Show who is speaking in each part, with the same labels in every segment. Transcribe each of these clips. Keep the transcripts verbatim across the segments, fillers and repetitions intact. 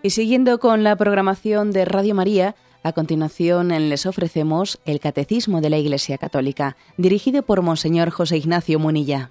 Speaker 1: Y siguiendo con la programación de Radio María, a continuación les ofrecemos el Catecismo de la Iglesia Católica, dirigido por Monseñor José Ignacio Munilla.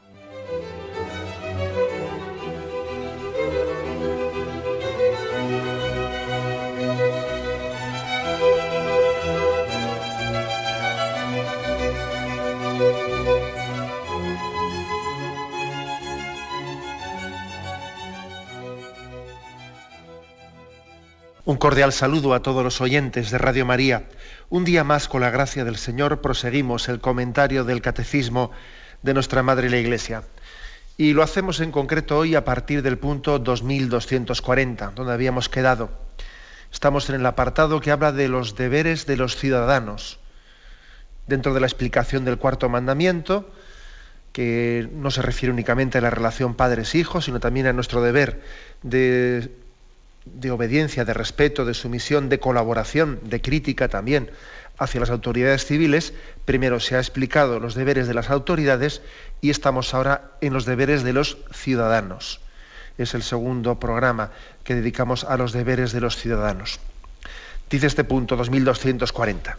Speaker 2: Un cordial saludo a todos los oyentes de Radio María. Un día más, con la gracia del Señor, proseguimos el comentario del Catecismo de nuestra Madre la Iglesia. Y lo hacemos en concreto hoy a partir del punto dos mil doscientos cuarenta, donde habíamos quedado. Estamos en el apartado que habla de los deberes de los ciudadanos, dentro de la explicación del cuarto mandamiento, que no se refiere únicamente a la relación padres-hijos, sino también a nuestro deber de... de obediencia, de respeto, de sumisión, de colaboración, de crítica también hacia las autoridades civiles. Primero se ha explicado los deberes de las autoridades y estamos ahora en los deberes de los ciudadanos. Es el segundo programa que dedicamos a los deberes de los ciudadanos. Dice este punto dos mil doscientos cuarenta.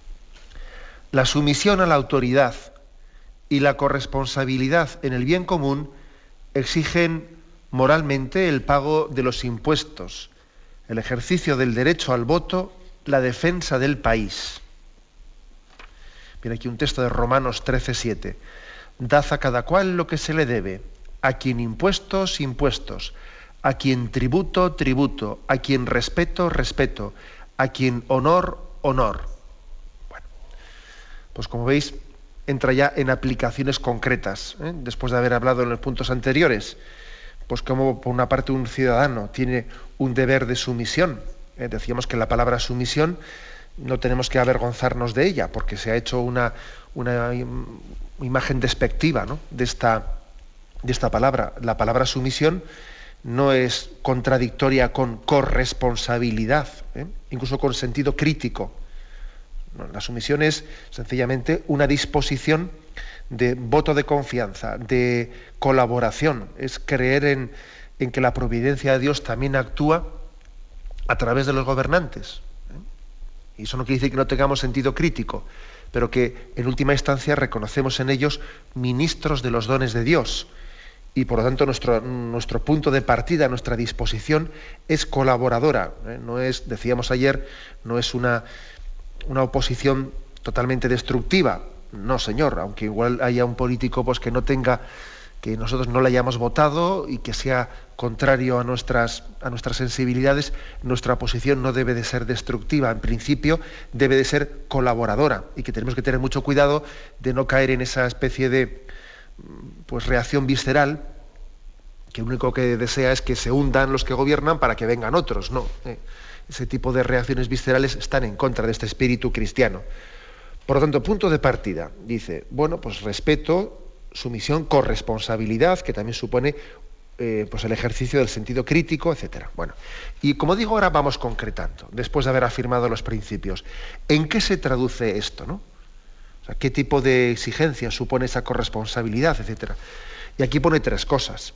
Speaker 2: La sumisión a la autoridad y la corresponsabilidad en el bien común exigen moralmente el pago de los impuestos, el ejercicio del derecho al voto, la defensa del país. Viene aquí un texto de Romanos trece siete. Dad a cada cual lo que se le debe, a quien impuestos, impuestos, a quien tributo, tributo, a quien respeto, respeto, a quien honor, honor. Bueno, pues como veis, entra ya en aplicaciones concretas, ¿eh? Después de haber hablado en los puntos anteriores. Pues como por una parte un ciudadano tiene un deber de sumisión. Eh, decíamos que la palabra sumisión no tenemos que avergonzarnos de ella, porque se ha hecho una, una imagen despectiva, ¿no?, de esta, de esta palabra. La palabra sumisión no es contradictoria con corresponsabilidad, ¿eh? incluso con sentido crítico. No, la sumisión es sencillamente una disposición de voto de confianza, de colaboración, es creer en, en que la providencia de Dios también actúa a través de los gobernantes. ¿eh? Y eso no quiere decir que no tengamos sentido crítico, pero que en última instancia reconocemos en ellos ministros de los dones de Dios. Y por lo tanto nuestro, nuestro punto de partida, nuestra disposición es colaboradora. ¿eh? No es, decíamos ayer, no es una, una oposición totalmente destructiva. No, señor, aunque igual haya un político pues, que no tenga, que nosotros no le hayamos votado y que sea contrario a nuestras, a nuestras sensibilidades, nuestra posición no debe de ser destructiva. En principio debe de ser colaboradora y que tenemos que tener mucho cuidado de no caer en esa especie de pues, reacción visceral que lo único que desea es que se hundan los que gobiernan para que vengan otros. No, eh, ese tipo de reacciones viscerales están en contra de este espíritu cristiano. Por lo tanto, punto de partida, dice, bueno, pues respeto, sumisión, corresponsabilidad, que también supone eh, pues el ejercicio del sentido crítico, etcétera. Bueno, y como digo, ahora vamos concretando, después de haber afirmado los principios. ¿En qué se traduce esto, no? O sea, ¿qué tipo de exigencia supone esa corresponsabilidad, etcétera? Y aquí pone tres cosas.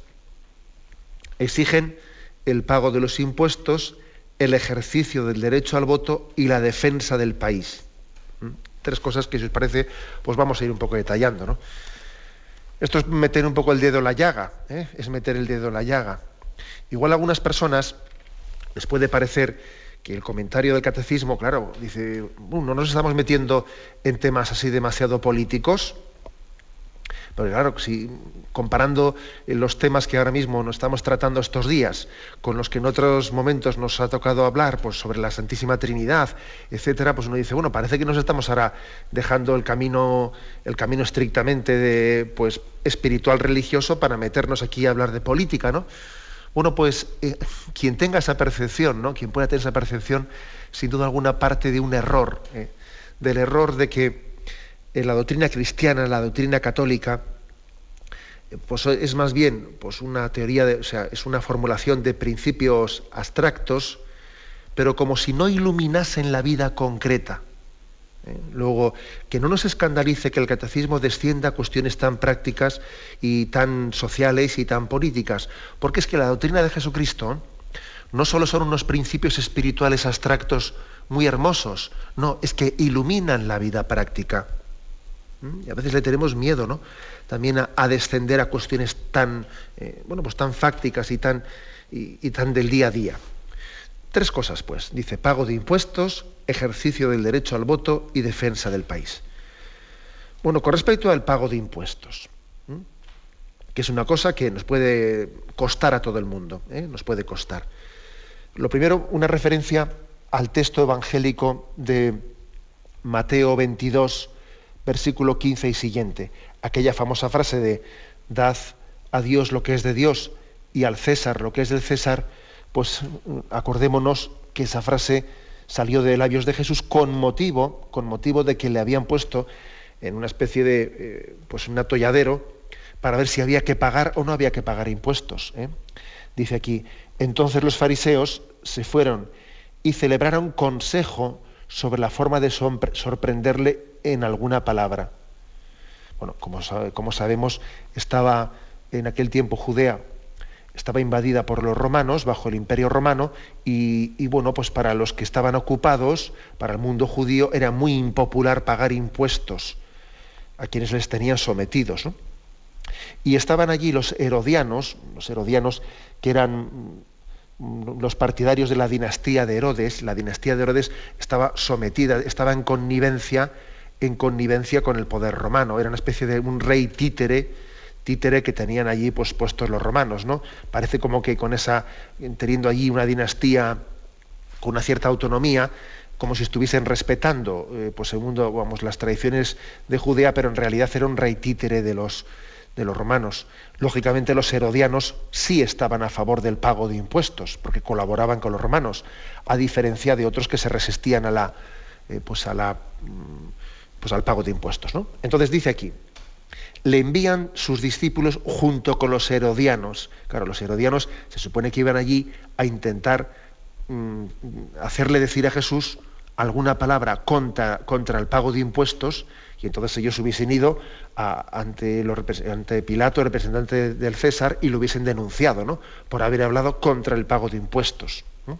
Speaker 2: Exigen el pago de los impuestos, el ejercicio del derecho al voto y la defensa del país. ¿Mm? Tres cosas que, si os parece, pues vamos a ir un poco detallando, ¿no? Esto es meter un poco el dedo en la llaga, ¿eh? es meter el dedo en la llaga. Igual a algunas personas les puede parecer que el comentario del catecismo, claro, dice, uh, no nos estamos metiendo en temas así demasiado políticos, pero claro, si comparando los temas que ahora mismo nos estamos tratando estos días con los que en otros momentos nos ha tocado hablar, pues sobre la Santísima Trinidad, etcétera, pues uno dice, bueno, parece que nos estamos ahora dejando el camino, el camino estrictamente de, pues, espiritual religioso para meternos aquí a hablar de política, ¿no? Bueno, pues eh, quien tenga esa percepción, ¿no? Quien pueda tener esa percepción, sin duda alguna parte de un error, ¿eh? del error de que en la doctrina cristiana, en la doctrina católica, pues es más bien pues una teoría, de, o sea, es una formulación de principios abstractos, pero como si no iluminasen la vida concreta. ¿Eh? Luego, que no nos escandalice que el catecismo descienda a cuestiones tan prácticas y tan sociales y tan políticas, porque es que la doctrina de Jesucristo no solo son unos principios espirituales abstractos muy hermosos, no, es que iluminan la vida práctica. ¿Mm? Y a veces le tenemos miedo, ¿no? También a, a descender a cuestiones tan, eh, bueno, pues tan fácticas y tan, y, y tan del día a día. Tres cosas, pues. Dice, pago de impuestos, ejercicio del derecho al voto y defensa del país. Bueno, con respecto al pago de impuestos, ¿m? que es una cosa que nos puede costar a todo el mundo, ¿eh? nos puede costar. Lo primero, una referencia al texto evangélico de Mateo veintidós, versículo quince y siguiente. Aquella famosa frase de, dad a Dios lo que es de Dios y al César lo que es del César, pues acordémonos que esa frase salió de labios de Jesús con motivo, con motivo de que le habían puesto en una especie de, eh, pues un atolladero para ver si había que pagar o no había que pagar impuestos. ¿eh? Dice aquí, entonces los fariseos se fueron y celebraron consejo sobre la forma de sorprenderle en alguna palabra. Bueno, como, como sabemos, estaba en aquel tiempo Judea, estaba invadida por los romanos, bajo el Imperio Romano, y, y bueno, pues para los que estaban ocupados, para el mundo judío, era muy impopular pagar impuestos a quienes les tenían sometidos, ¿no? Y estaban allí los herodianos, los herodianos que eran los partidarios de la dinastía de Herodes. La dinastía de Herodes estaba sometida, estaba en connivencia, en connivencia con el poder romano. Era una especie de un rey títere, títere que tenían allí pues, puestos los romanos, ¿no? Parece como que con esa, teniendo allí una dinastía con una cierta autonomía, como si estuviesen respetando, eh, pues el mundo, vamos, las tradiciones de Judea, pero en realidad era un rey títere de los de los romanos. Lógicamente los herodianos sí estaban a favor del pago de impuestos, porque colaboraban con los romanos, a diferencia de otros que se resistían a la, eh, pues a la, pues al pago de impuestos, ¿no? Entonces dice aquí, le envían sus discípulos junto con los herodianos. Claro, los herodianos se supone que iban allí a intentar mm, hacerle decir a Jesús alguna palabra contra, contra el pago de impuestos, y entonces ellos hubiesen ido a, ante, los, ante Pilato, el representante del César, y lo hubiesen denunciado, ¿no? Por haber hablado contra el pago de impuestos, ¿no?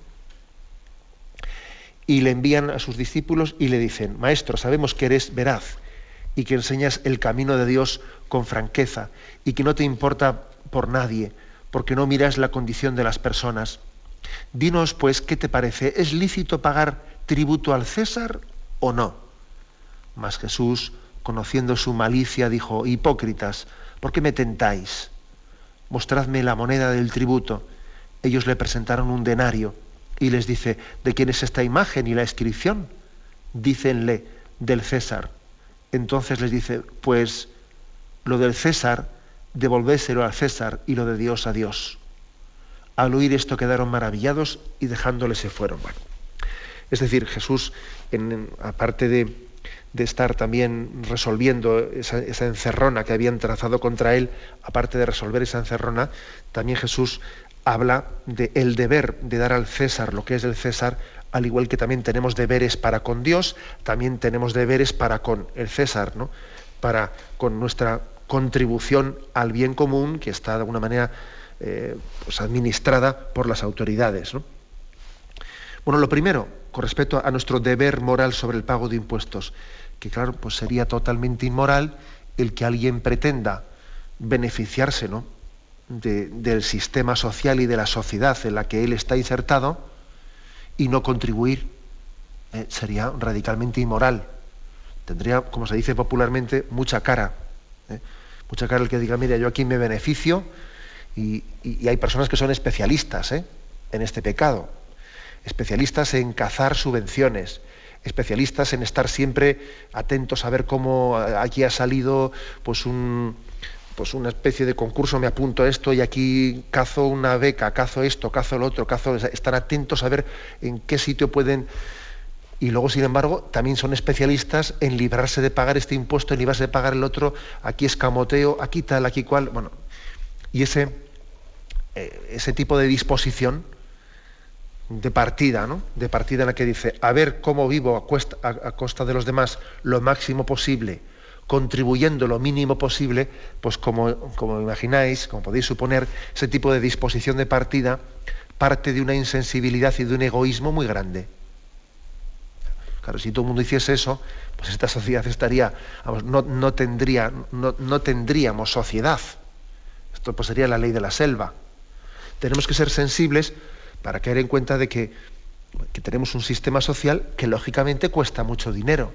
Speaker 2: Y le envían a sus discípulos y le dicen, Maestro, sabemos que eres veraz y que enseñas el camino de Dios con franqueza y que no te importa por nadie, porque no miras la condición de las personas. Dinos, pues, ¿qué te parece? ¿Es lícito pagar tributo al César o no? Mas Jesús, conociendo su malicia, dijo, hipócritas, ¿por qué me tentáis? Mostradme la moneda del tributo. Ellos le presentaron un denario y les dice, ¿de quién es esta imagen y la inscripción? Dícenle, del César. Entonces les dice, pues lo del César, devolvéselo al César y lo de Dios a Dios. Al oír esto quedaron maravillados y dejándole se fueron. Bueno, es decir, Jesús, en, en, aparte de de estar también resolviendo esa, esa encerrona que habían trazado contra él, aparte de resolver esa encerrona, también Jesús habla del deber de dar al César lo que es del César, al igual que también tenemos deberes para con Dios, también tenemos deberes para con el César, ¿no? Para con nuestra contribución al bien común que está de alguna manera eh, pues administrada por las autoridades, ¿no? Bueno, lo primero, con respecto a nuestro deber moral sobre el pago de impuestos, que claro, pues sería totalmente inmoral el que alguien pretenda beneficiarse, ¿no? de, del sistema social y de la sociedad en la que él está insertado y no contribuir. Eh, sería radicalmente inmoral. Tendría, como se dice popularmente, mucha cara. ¿eh? Mucha cara el que diga, mira, yo aquí me beneficio, y, y, y hay personas que son especialistas ¿eh? en este pecado. Especialistas en cazar subvenciones, especialistas en estar siempre atentos a ver cómo aquí ha salido pues un pues una especie de concurso, me apunto a esto y aquí cazo una beca, cazo esto, cazo lo otro, cazo, estar atentos a ver en qué sitio pueden. Y luego, sin embargo, también son especialistas en librarse de pagar este impuesto, en librarse de pagar el otro, aquí escamoteo, aquí tal, aquí cual. Bueno, y ese, eh, ese tipo de disposición de partida, ¿no? De partida en la que dice, a ver cómo vivo a, cuesta, a, a costa de los demás lo máximo posible, contribuyendo lo mínimo posible, pues como, como imagináis, como podéis suponer, ese tipo de disposición de partida, parte de una insensibilidad y de un egoísmo muy grande. Claro, si todo el mundo hiciese eso, pues esta sociedad estaría, vamos, no, no, tendría, no, no tendríamos sociedad. Esto pues sería la ley de la selva. Tenemos que ser sensibles para caer en cuenta de que, que tenemos un sistema social que lógicamente cuesta mucho dinero.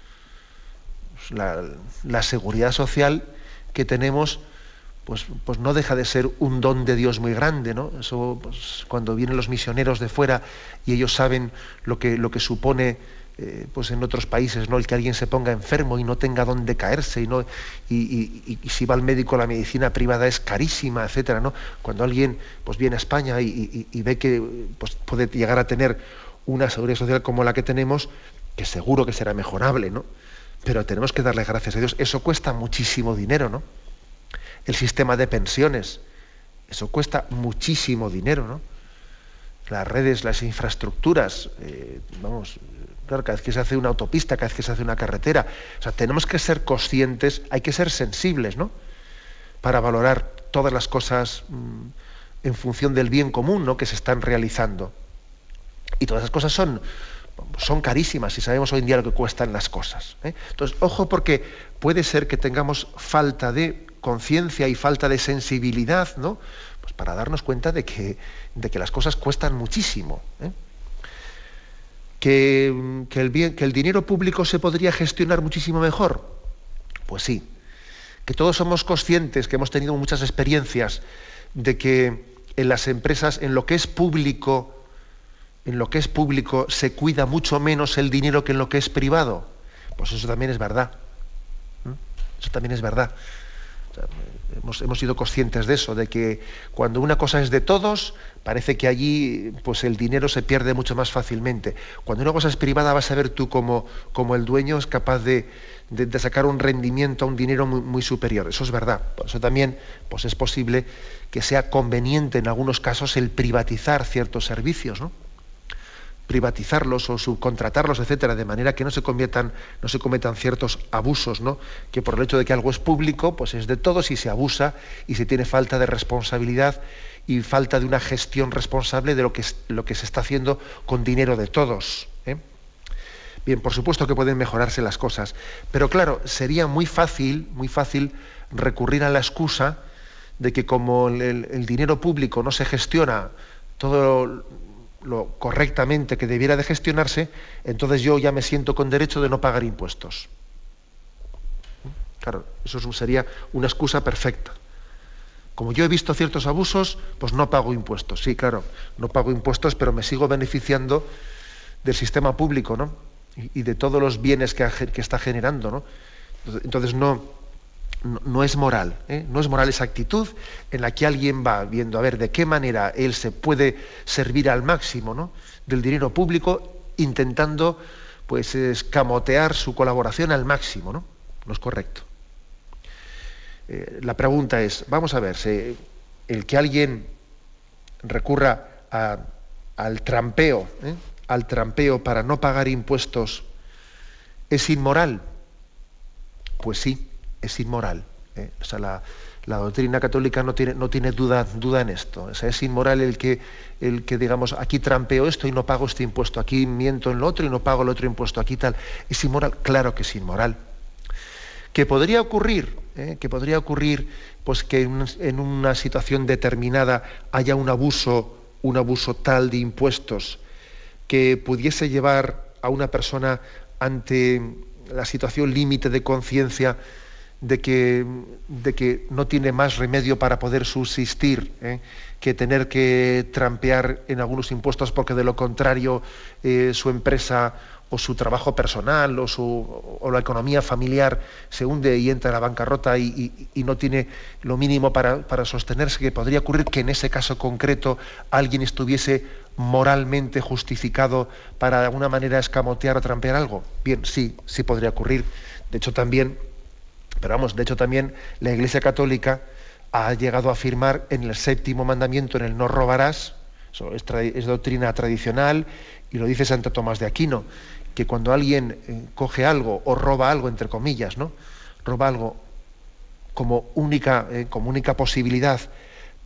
Speaker 2: La, la seguridad social que tenemos pues, pues no deja de ser un don de Dios muy grande, ¿no? Eso, pues, cuando vienen los misioneros de fuera y ellos saben lo que, lo que supone eh, pues en otros países, ¿no? El que alguien se ponga enfermo y no tenga dónde caerse, y, no, y, y, y si va al médico la medicina privada es carísima, etcétera, ¿no? Cuando alguien pues, viene a España y, y, y ve que pues, puede llegar a tener una seguridad social como la que tenemos, que seguro que será mejorable, ¿no? Pero tenemos que darle gracias a Dios. Eso cuesta muchísimo dinero, ¿no? El sistema de pensiones, eso cuesta muchísimo dinero, ¿no? Las redes, las infraestructuras, eh, vamos, claro, cada vez que se hace una autopista, cada vez que se hace una carretera, o sea, tenemos que ser conscientes, hay que ser sensibles, ¿no? Para valorar todas las cosas mmm, en función del bien común, ¿no? Que se están realizando. Y todas esas cosas son son carísimas y sabemos hoy en día lo que cuestan las cosas, ¿eh? Entonces, ojo, porque puede ser que tengamos falta de conciencia y falta de sensibilidad, ¿no? Pues para darnos cuenta de que, de que las cosas cuestan muchísimo, ¿eh? Que, que, el bien, que el dinero público se podría gestionar muchísimo mejor. Pues sí. Que todos somos conscientes, que hemos tenido muchas experiencias de que en las empresas, en lo que es público, en lo que es público se cuida mucho menos el dinero que en lo que es privado. Pues eso también es verdad. ¿Mm? Eso también es verdad. O sea, hemos, hemos sido conscientes de eso, de que cuando una cosa es de todos, parece que allí pues el dinero se pierde mucho más fácilmente. Cuando una cosa es privada, vas a ver tú como, como el dueño es capaz de, de, de sacar un rendimiento a un dinero muy, muy superior. Eso es verdad. Por eso también pues es posible que sea conveniente en algunos casos el privatizar ciertos servicios, ¿no? Privatizarlos o subcontratarlos, etcétera, de manera que no se conviertan, no se cometan ciertos abusos, ¿no? Que por el hecho de que algo es público, pues es de todos y se abusa y se tiene falta de responsabilidad y falta de una gestión responsable de lo que, lo que se está haciendo con dinero de todos, ¿eh? Bien, por supuesto que pueden mejorarse las cosas, pero claro, sería muy fácil, muy fácil recurrir a la excusa de que como el, el dinero público no se gestiona todo lo correctamente que debiera de gestionarse, entonces yo ya me siento con derecho de no pagar impuestos. Claro, eso sería una excusa perfecta. Como yo he visto ciertos abusos, pues no pago impuestos. Sí, claro, no pago impuestos, pero me sigo beneficiando del sistema público, ¿no? Y, y de todos los bienes que, que está generando, ¿no? Entonces no, no, no es moral, ¿eh? No es moral esa actitud en la que alguien va viendo a ver de qué manera él se puede servir al máximo, ¿no? Del dinero público, intentando pues escamotear su colaboración al máximo, ¿no? No es correcto. Eh, la pregunta es, vamos a ver, si el que alguien recurra a, al trampeo, ¿eh? al trampeo para no pagar impuestos, ¿es inmoral? Pues sí, es inmoral, ¿eh? O sea, la, la doctrina católica no tiene, no tiene duda, duda en esto. O sea, es inmoral el que, el que, digamos, aquí trampeo esto y no pago este impuesto, aquí miento en lo otro y no pago el otro impuesto, aquí tal. ¿Es inmoral? Claro que es inmoral. ¿Que podría ocurrir? ¿eh? Que podría ocurrir pues que en, en una situación determinada haya un abuso, un abuso tal de impuestos que pudiese llevar a una persona ante la situación límite de conciencia de que, de que no tiene más remedio para poder subsistir, ¿eh? que tener que trampear en algunos impuestos porque de lo contrario eh, su empresa o su trabajo personal o, su, o la economía familiar se hunde y entra en la bancarrota y, y, y no tiene lo mínimo para, para sostenerse, que podría ocurrir que en ese caso concreto alguien estuviese moralmente justificado para de alguna manera escamotear o trampear algo. Bien, sí, sí podría ocurrir. De hecho también, pero vamos, de hecho también la Iglesia Católica ha llegado a afirmar en el séptimo mandamiento, en el no robarás, eso es, tra- es doctrina tradicional y lo dice Santo Tomás de Aquino, que cuando alguien eh, coge algo o roba algo, entre comillas, ¿no? Roba algo como única, eh, como única posibilidad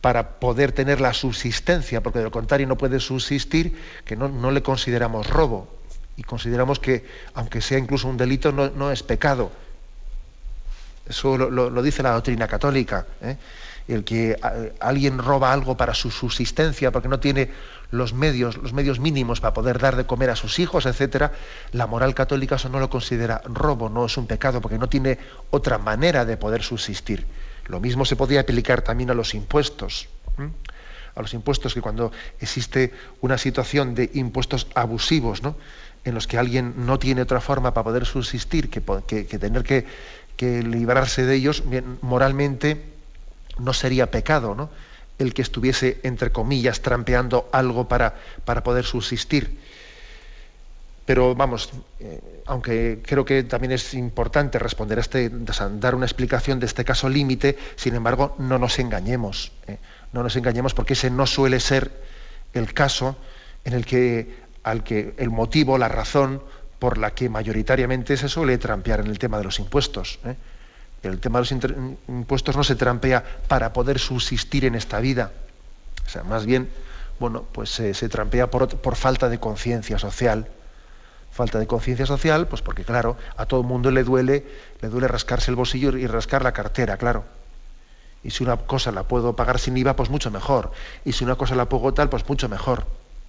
Speaker 2: para poder tener la subsistencia, porque de lo contrario no puede subsistir, que no, no le consideramos robo. Y consideramos que, aunque sea incluso un delito, no, no es pecado. Eso lo, lo, lo dice la doctrina católica, ¿eh? El que a, alguien roba algo para su subsistencia, porque no tiene los medios, los medios mínimos para poder dar de comer a sus hijos, etcétera, la moral católica eso no lo considera robo, no es un pecado, porque no tiene otra manera de poder subsistir. Lo mismo se podría aplicar también a los impuestos. ¿eh? A los impuestos, que cuando existe una situación de impuestos abusivos, ¿no?, en los que alguien no tiene otra forma para poder subsistir que, que, que tener que, que librarse de ellos, bien, moralmente no sería pecado, ¿no?, el que estuviese, entre comillas, trampeando algo para, para poder subsistir. Pero vamos, eh, aunque creo que también es importante responder a este, o sea, dar una explicación de este caso límite, sin embargo, no nos engañemos, ¿eh? no nos engañemos, porque ese no suele ser el caso en el que al que el motivo, la razón por la que mayoritariamente se suele trampear en el tema de los impuestos. ¿eh? El tema de los inter- impuestos no se trampea para poder subsistir en esta vida. O sea, más bien, bueno, pues eh, se trampea por, por falta de conciencia social. Falta de conciencia social, pues porque claro, a todo el mundo le duele, le duele rascarse el bolsillo y rascar la cartera, claro. Y si una cosa la puedo pagar sin I V A, pues mucho mejor. Y si una cosa la pago tal, pues mucho mejor.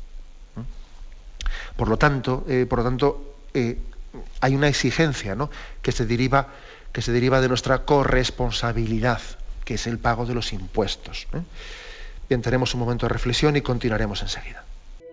Speaker 2: Por lo tanto, eh, por lo tanto eh, hay una exigencia, ¿no?, que se deriva, que se deriva de nuestra corresponsabilidad, que es el pago de los impuestos. ¿eh? Bien, tenemos un momento de reflexión y continuaremos enseguida.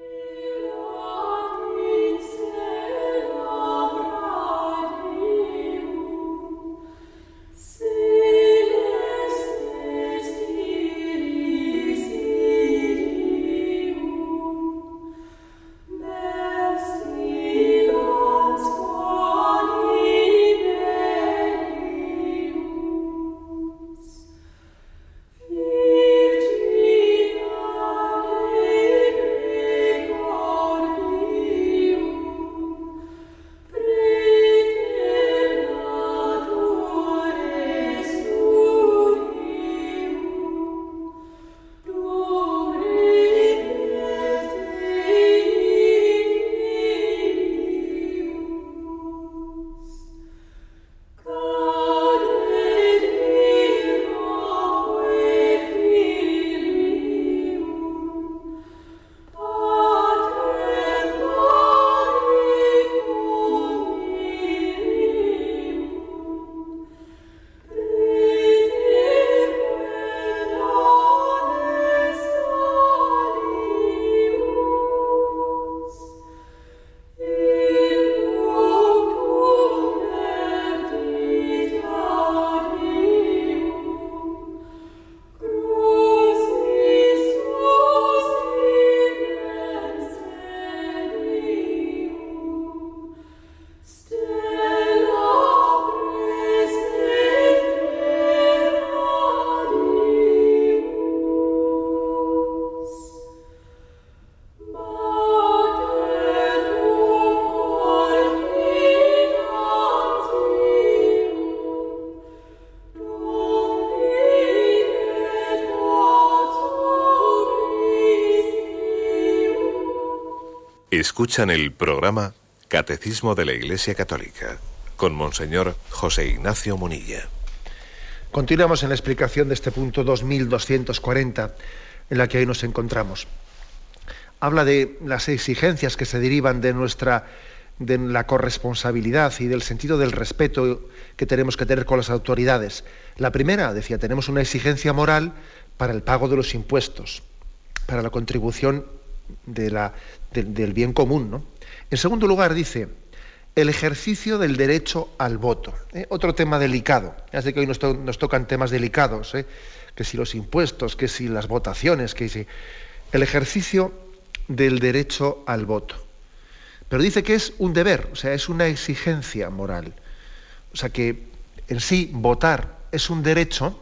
Speaker 3: Escuchan el programa Catecismo de la Iglesia Católica con Monseñor José Ignacio Munilla.
Speaker 2: Continuamos en la explicación de este punto dos mil doscientos cuarenta, en la que hoy nos encontramos. Habla de las exigencias que se derivan de nuestra de la corresponsabilidad y del sentido del respeto que tenemos que tener con las autoridades. La primera, decía, tenemos una exigencia moral para el pago de los impuestos, para la contribución de la, de, del bien común, ¿no? En segundo lugar, dice, el ejercicio del derecho al voto. ¿eh? Otro tema delicado. Ya sé que hoy nos, to nos tocan temas delicados, ¿eh? que si los impuestos, que si las votaciones, que si... El ejercicio del derecho al voto. Pero dice que es un deber, o sea, es una exigencia moral. O sea que en sí votar es un derecho,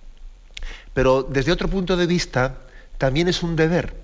Speaker 2: pero desde otro punto de vista también es un deber.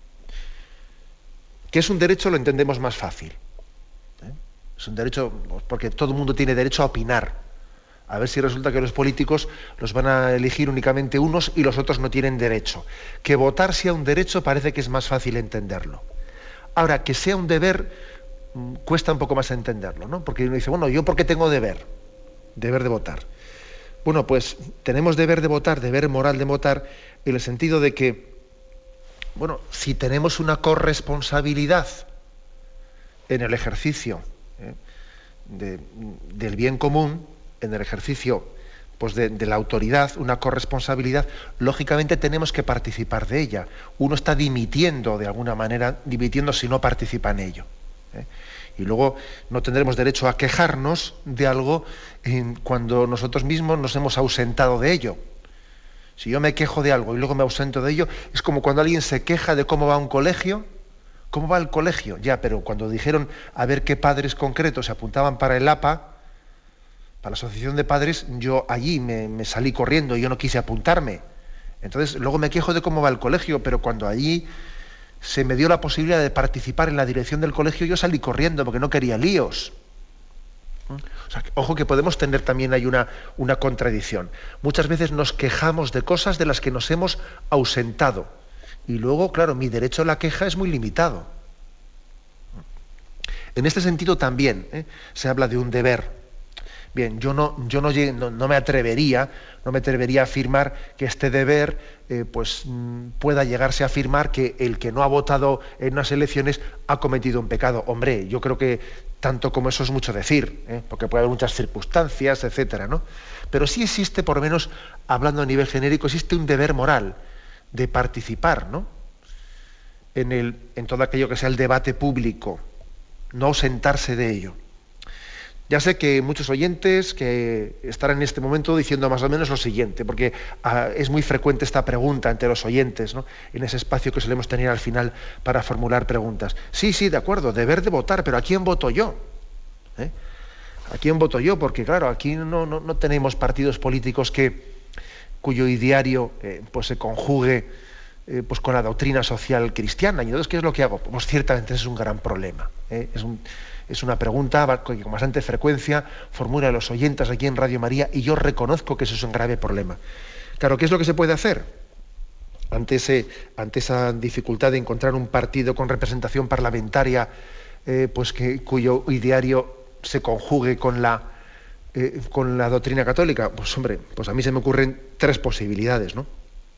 Speaker 2: Que es un derecho lo entendemos más fácil. ¿eh? Es un derecho porque todo el mundo tiene derecho a opinar, A ver si resulta que los políticos los van a elegir únicamente unos y los otros no tienen derecho. Que votar sea un derecho parece que es más fácil entenderlo. Ahora, que sea un deber, mmm, cuesta un poco más entenderlo, ¿no? Porque uno dice, bueno, ¿yo por qué tengo deber? Deber de votar. Bueno, pues tenemos deber de votar, deber moral de votar, en el sentido de que, bueno, si tenemos una corresponsabilidad en el ejercicio ¿eh? de, del bien común, en el ejercicio pues de, de la autoridad, una corresponsabilidad, lógicamente tenemos que participar de ella. Uno está dimitiendo de alguna manera, dimitiendo si no participa en ello. ¿eh? Y luego no tendremos derecho a quejarnos de algo en, cuando nosotros mismos nos hemos ausentado de ello. Si yo me quejo de algo y luego me ausento de ello, es como cuando alguien se queja de cómo va un colegio. ¿Cómo va el colegio? Ya, pero cuando dijeron a ver qué padres concretos se apuntaban para el A P A, para la Asociación de Padres, yo allí me, me salí corriendo y yo no quise apuntarme. Entonces, luego me quejo de cómo va el colegio, pero cuando allí se me dio la posibilidad de participar en la dirección del colegio, yo salí corriendo porque no quería líos. O sea, ojo que podemos tener también ahí una, una contradicción. Muchas veces nos quejamos de cosas de las que nos hemos ausentado. Y luego, claro, mi derecho a la queja es muy limitado. En este sentido también ¿eh? se habla de un deber. Bien, yo no, yo no, no, no me atrevería, no me atrevería a afirmar que este deber eh, pues, pueda llegarse a afirmar que el que no ha votado en unas elecciones ha cometido un pecado. Hombre, yo creo que tanto como eso es mucho decir, ¿eh? porque puede haber muchas circunstancias, etcétera, ¿no? Pero sí existe, por lo menos hablando a nivel genérico, existe un deber moral de participar, ¿no? en, el, en todo aquello que sea el debate público, no ausentarse de ello. Ya sé que muchos oyentes que estarán en este momento diciendo más o menos lo siguiente, porque ah, es muy frecuente esta pregunta entre los oyentes, ¿no? En ese espacio que solemos tener al final para formular preguntas. Sí, sí, de acuerdo, deber de votar, pero ¿a quién voto yo? ¿Eh? ¿A quién voto yo? Porque claro, aquí no, no, no tenemos partidos políticos que, cuyo ideario eh, pues se conjugue eh, pues con la doctrina social cristiana. Y entonces, ¿qué es lo que hago? Pues ciertamente ese es un gran problema. ¿eh? Es un, Es una pregunta que con bastante frecuencia formulan los oyentes aquí en Radio María y yo reconozco que eso es un grave problema. Claro, ¿qué es lo que se puede hacer ante, ese, ante esa dificultad de encontrar un partido con representación parlamentaria eh, pues que, cuyo ideario se conjugue con la, eh, con la doctrina católica? Pues hombre, pues a mí se me ocurren tres posibilidades, ¿no?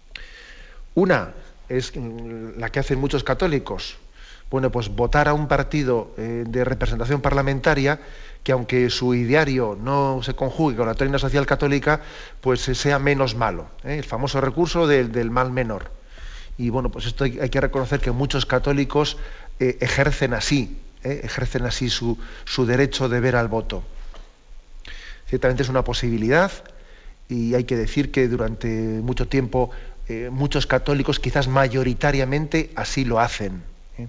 Speaker 2: Una es la que hacen muchos católicos. Bueno, pues votar a un partido eh, de representación parlamentaria que, aunque su ideario no se conjugue con la doctrina social católica, pues eh, sea menos malo. ¿eh? El famoso recurso del, del mal menor. Y bueno, pues esto hay, hay que reconocer que muchos católicos eh, ejercen así, ¿eh? ejercen así su, su derecho de ver al voto. Ciertamente es una posibilidad y hay que decir que durante mucho tiempo eh, muchos católicos, quizás mayoritariamente, así lo hacen.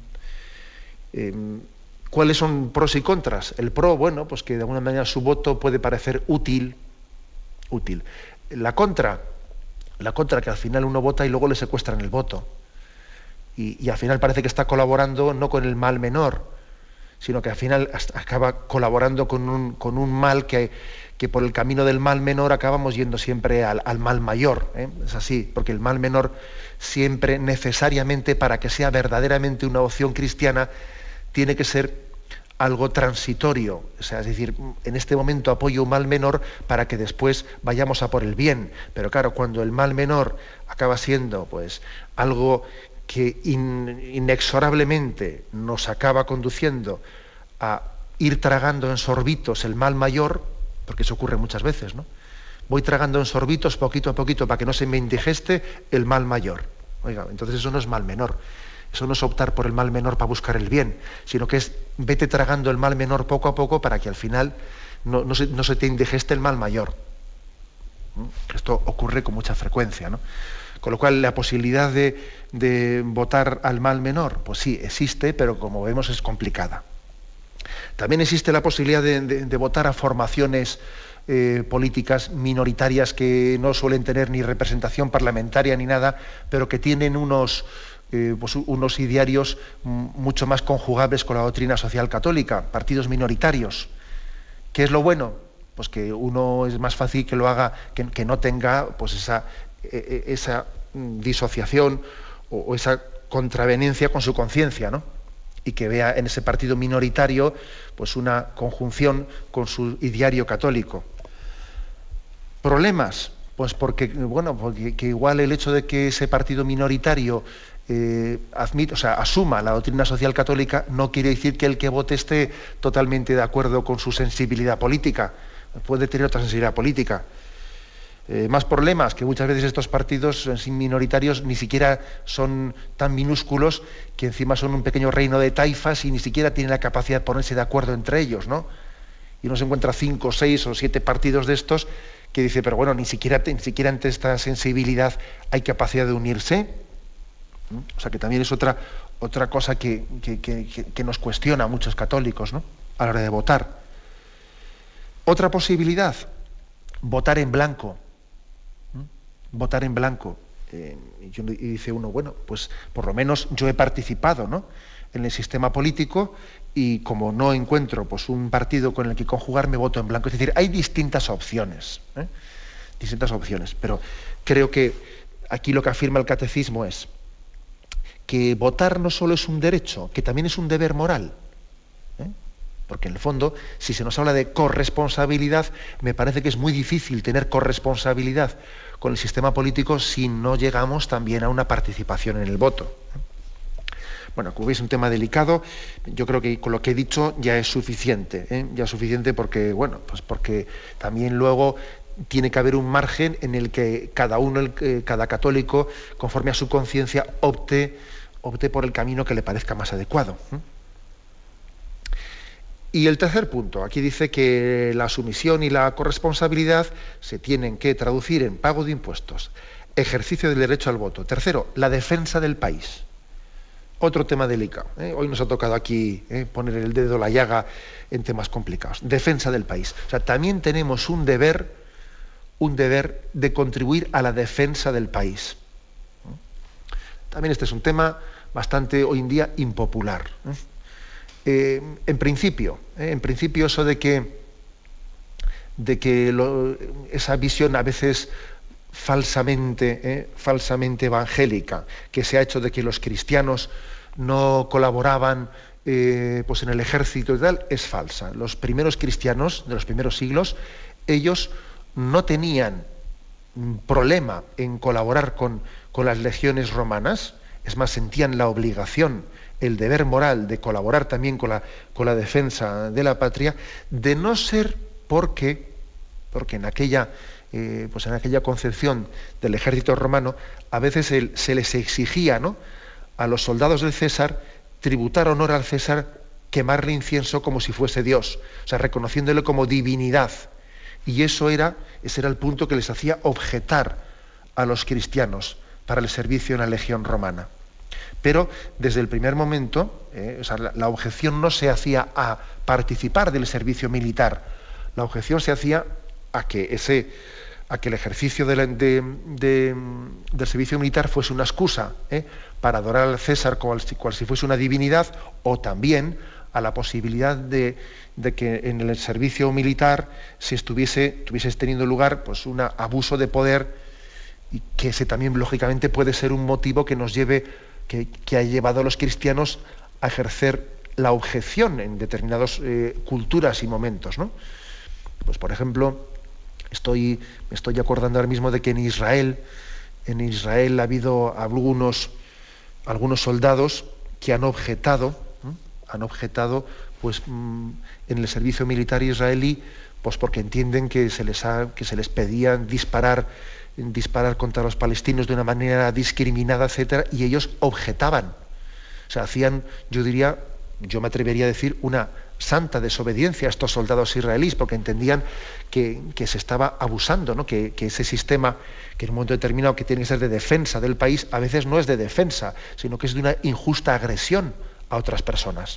Speaker 2: Eh, ¿Cuáles son pros y contras? El pro, bueno, pues que de alguna manera su voto puede parecer útil, útil. La contra, la contra que al final uno vota y luego le secuestran el voto. Y, y al final parece que está colaborando no con el mal menor, sino que al final acaba colaborando con un, con un mal que, que por el camino del mal menor acabamos yendo siempre al, al mal mayor. ¿eh? Es así, porque el mal menor siempre necesariamente, para que sea verdaderamente una opción cristiana, tiene que ser algo transitorio, o sea, es decir, en este momento apoyo un mal menor para que después vayamos a por el bien, pero claro, cuando el mal menor acaba siendo pues algo que in, inexorablemente nos acaba conduciendo a ir tragando en sorbitos el mal mayor, porque eso ocurre muchas veces, ¿no? Voy tragando en sorbitos poquito a poquito para que no se me indigeste el mal mayor. Oiga, entonces eso no es mal menor. Eso no es optar por el mal menor para buscar el bien, sino que es vete tragando el mal menor poco a poco para que al final no, no, se, no se te indigeste el mal mayor. Esto ocurre con mucha frecuencia, ¿no? Con lo cual la posibilidad de, de votar al mal menor, pues sí, existe, pero como vemos es complicada. También existe la posibilidad de, de, de votar a formaciones eh, políticas minoritarias que no suelen tener ni representación parlamentaria ni nada, pero que tienen unos... Eh, pues unos idearios mucho más conjugables con la doctrina social católica, partidos minoritarios. ¿Qué es lo bueno? pues que uno es más fácil que lo haga, que, que no tenga pues esa, esa disociación o, o esa contraveniencia con su conciencia, ¿no? Y que vea en ese partido minoritario pues una conjunción con su ideario católico. ¿Problemas? Pues porque, bueno, porque que igual el hecho de que ese partido minoritario eh, admite, o sea, asuma la doctrina social católica no quiere decir que el que vote esté totalmente de acuerdo con su sensibilidad política. Puede tener otra sensibilidad política. Eh, más problemas, que muchas veces estos partidos minoritarios ni siquiera son tan minúsculos, que encima son un pequeño reino de taifas y ni siquiera tienen la capacidad de ponerse de acuerdo entre ellos, ¿no? Y uno se encuentra cinco, seis o siete partidos de estos que dice, pero bueno, ni siquiera, ni siquiera ante esta sensibilidad hay capacidad de unirse. O sea que también es otra, otra cosa que, que, que, que nos cuestiona a muchos católicos, ¿no? A la hora de votar. Otra posibilidad, votar en blanco. Votar en blanco. Eh, y dice uno, bueno, pues por lo menos yo he participado, ¿no?, en el sistema político, y como no encuentro pues un partido con el que conjugarme, voto en blanco. Es decir, hay distintas opciones, ¿eh? distintas opciones, pero creo que aquí lo que afirma el catecismo es que votar no solo es un derecho, que también es un deber moral. ¿eh? Porque en el fondo, si se nos habla de corresponsabilidad, me parece que es muy difícil tener corresponsabilidad con el sistema político si no llegamos también a una participación en el voto. Bueno, como veis, un tema delicado. Yo creo que con lo que he dicho ya es suficiente, ¿eh? ya es suficiente porque, bueno, pues porque también luego tiene que haber un margen en el que cada uno, el, eh, cada católico, conforme a su conciencia, opte, opte por el camino que le parezca más adecuado. ¿eh? Y el tercer punto, aquí dice que la sumisión y la corresponsabilidad se tienen que traducir en pago de impuestos, ejercicio del derecho al voto. Tercero, la defensa del país. Otro tema delicado. ¿eh? Hoy nos ha tocado aquí ¿eh? poner el dedo en la llaga en temas complicados. Defensa del país. O sea, también tenemos un deber, un deber de contribuir a la defensa del país. También este es un tema bastante hoy en día impopular. ¿eh? Eh, en principio, ¿eh? en principio eso de que, de que lo, esa visión a veces falsamente, eh, falsamente evangélica, que se ha hecho de que los cristianos no colaboraban eh, pues en el ejército y tal, es falsa. Los primeros cristianos de los primeros siglos, ellos no tenían problema en colaborar con, con las legiones romanas, es más, sentían la obligación, el deber moral de colaborar también con la, con la defensa de la patria, de no ser porque, porque en aquella Eh, pues en aquella concepción del ejército romano, a veces el, se les exigía, ¿no?, a los soldados del César tributar honor al César, quemarle incienso como si fuese Dios, o sea, reconociéndole como divinidad. Y eso era, ese era el punto que les hacía objetar a los cristianos para el servicio en la legión romana. Pero desde el primer momento, eh, o sea, la, la objeción no se hacía a participar del servicio militar, la objeción se hacía a que ese a que el ejercicio de la, de, de, del servicio militar fuese una excusa ¿eh? para adorar al César cual, cual si fuese una divinidad, o también a la posibilidad de, de que en el servicio militar se estuviese, estuviese teniendo lugar pues, un abuso de poder, y que ese también lógicamente puede ser un motivo que nos lleve, que, que ha llevado a los cristianos a ejercer la objeción en determinadas eh, culturas y momentos, ¿no? Pues por ejemplo, Estoy, me estoy acordando ahora mismo de que en Israel, en Israel ha habido algunos, algunos soldados que han objetado, ¿eh? han objetado, pues, mm, en el servicio militar israelí, pues porque entienden que se les ha, que se les pedía disparar, disparar contra los palestinos de una manera discriminada, etcétera, y ellos objetaban. O sea, hacían, yo diría, yo me atrevería a decir, una santa desobediencia a estos soldados israelíes, porque entendían que, que se estaba abusando, ¿no? que, que ese sistema, que en un momento determinado que tiene que ser de defensa del país, a veces no es de defensa, sino que es de una injusta agresión a otras personas.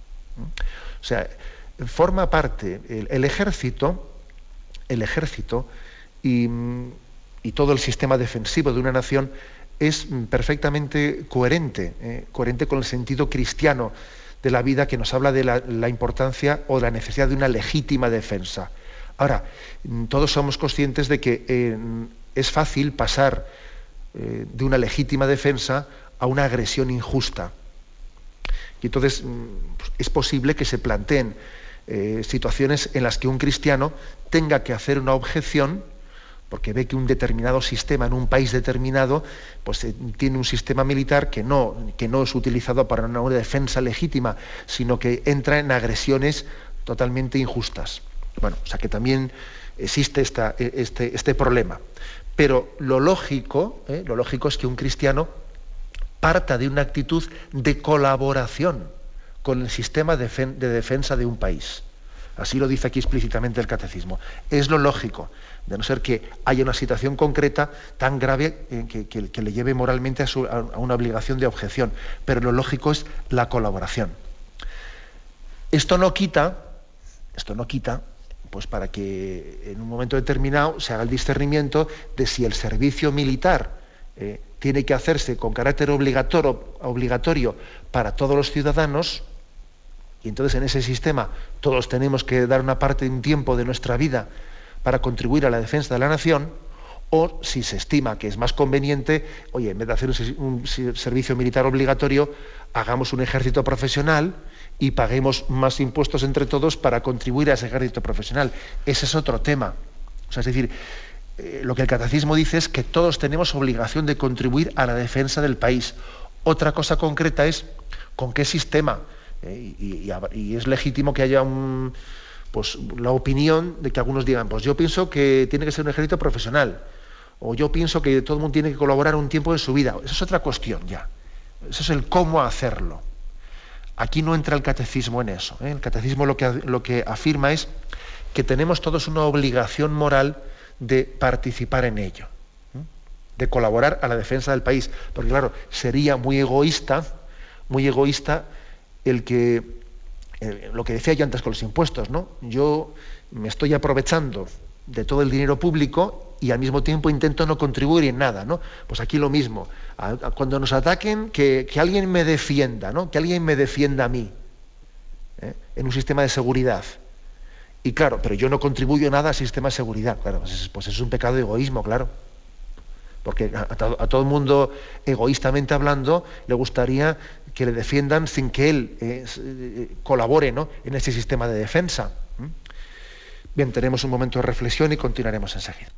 Speaker 2: O sea, forma parte el, el ejército, el ejército y, y todo el sistema defensivo de una nación es perfectamente coherente, eh, coherente con el sentido cristiano de la vida, que nos habla de la, la importancia o la necesidad de una legítima defensa. Ahora, todos somos conscientes de que eh, es fácil pasar eh, de una legítima defensa a una agresión injusta. Y entonces pues, es posible que se planteen eh, situaciones en las que un cristiano tenga que hacer una objeción porque ve que un determinado sistema en un país determinado pues eh, tiene un sistema militar que no, que no es utilizado para una defensa legítima, sino que entra en agresiones totalmente injustas. Bueno, o sea que también existe esta, este, este problema. Pero lo lógico, ¿eh? lo lógico es que un cristiano parta de una actitud de colaboración con el sistema de, de defensa de un país. Así lo dice aquí explícitamente el Catecismo. Es lo lógico, de no ser que haya una situación concreta tan grave eh, que, que, que le lleve moralmente a, su, a una obligación de objeción. Pero lo lógico es la colaboración. Esto no quita, esto no quita, pues para que en un momento determinado se haga el discernimiento de si el servicio militar eh, tiene que hacerse con carácter obligatorio, obligatorio para todos los ciudadanos, y entonces en ese sistema todos tenemos que dar una parte de un tiempo de nuestra vida para contribuir a la defensa de la nación, o si se estima que es más conveniente, oye, en vez de hacer un, un servicio militar obligatorio, hagamos un ejército profesional y paguemos más impuestos entre todos para contribuir a ese ejército profesional. Ese es otro tema. O sea, es decir, eh, lo que el Catecismo dice es que todos tenemos obligación de contribuir a la defensa del país. Otra cosa concreta es con qué sistema. Eh, y, y, y es legítimo que haya un, pues, la opinión de que algunos digan, pues yo pienso que tiene que ser un ejército profesional, o yo pienso que todo el mundo tiene que colaborar un tiempo de su vida. Eso es otra cuestión ya. Eso es el cómo hacerlo. Aquí no entra el catecismo en eso, ¿eh? El catecismo lo que, lo que afirma es que tenemos todos una obligación moral de participar en ello, ¿eh? De colaborar a la defensa del país. Porque claro, sería muy egoísta, muy egoísta el que, eh, lo que decía yo antes con los impuestos, ¿no? Yo me estoy aprovechando de todo el dinero público y al mismo tiempo intento no contribuir en nada, ¿no? Pues aquí lo mismo. A, a cuando nos ataquen, que, que alguien me defienda, ¿no? Que alguien me defienda a mí, ¿eh? En un sistema de seguridad. Y claro, pero yo no contribuyo nada al sistema de seguridad. Claro, pues es, pues es un pecado de egoísmo, claro. Porque a, a, a todo el mundo, egoístamente hablando, le gustaría que le defiendan sin que él eh, eh, colabore, ¿no? En ese sistema de defensa. ¿Mm? Bien, tenemos un momento de reflexión y continuaremos enseguida.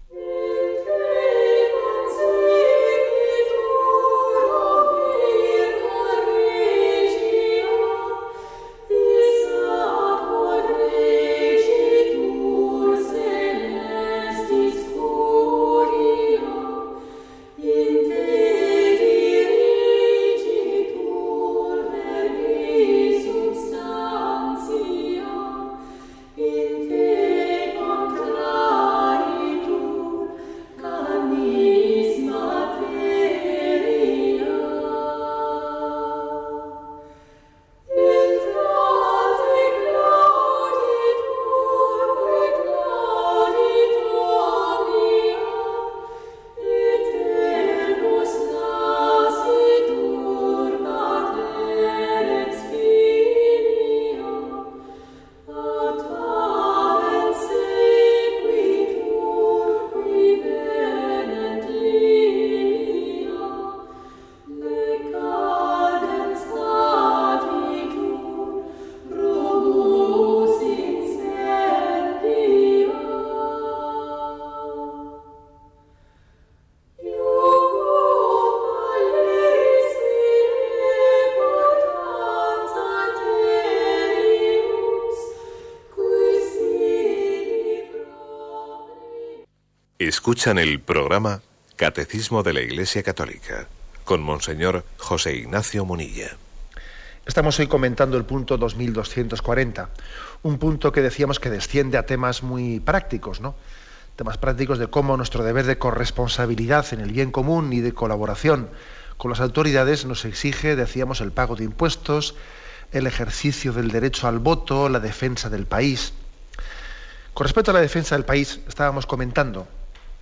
Speaker 3: Escuchan el programa Catecismo de la Iglesia Católica con Monseñor José Ignacio Munilla.
Speaker 2: Estamos hoy comentando el punto dos mil doscientos cuarenta, un punto que decíamos que desciende a temas muy prácticos, ¿no? Temas prácticos de cómo nuestro deber de corresponsabilidad en el bien común y de colaboración con las autoridades nos exige, decíamos, el pago de impuestos, el ejercicio del derecho al voto, la defensa del país. Con respecto a la defensa del país, estábamos comentando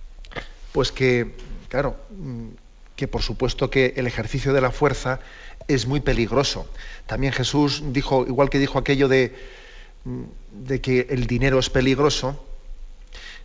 Speaker 2: pues que, claro, que por supuesto que el ejercicio de la fuerza es muy peligroso. También Jesús dijo, igual que dijo aquello de, de que el dinero es peligroso,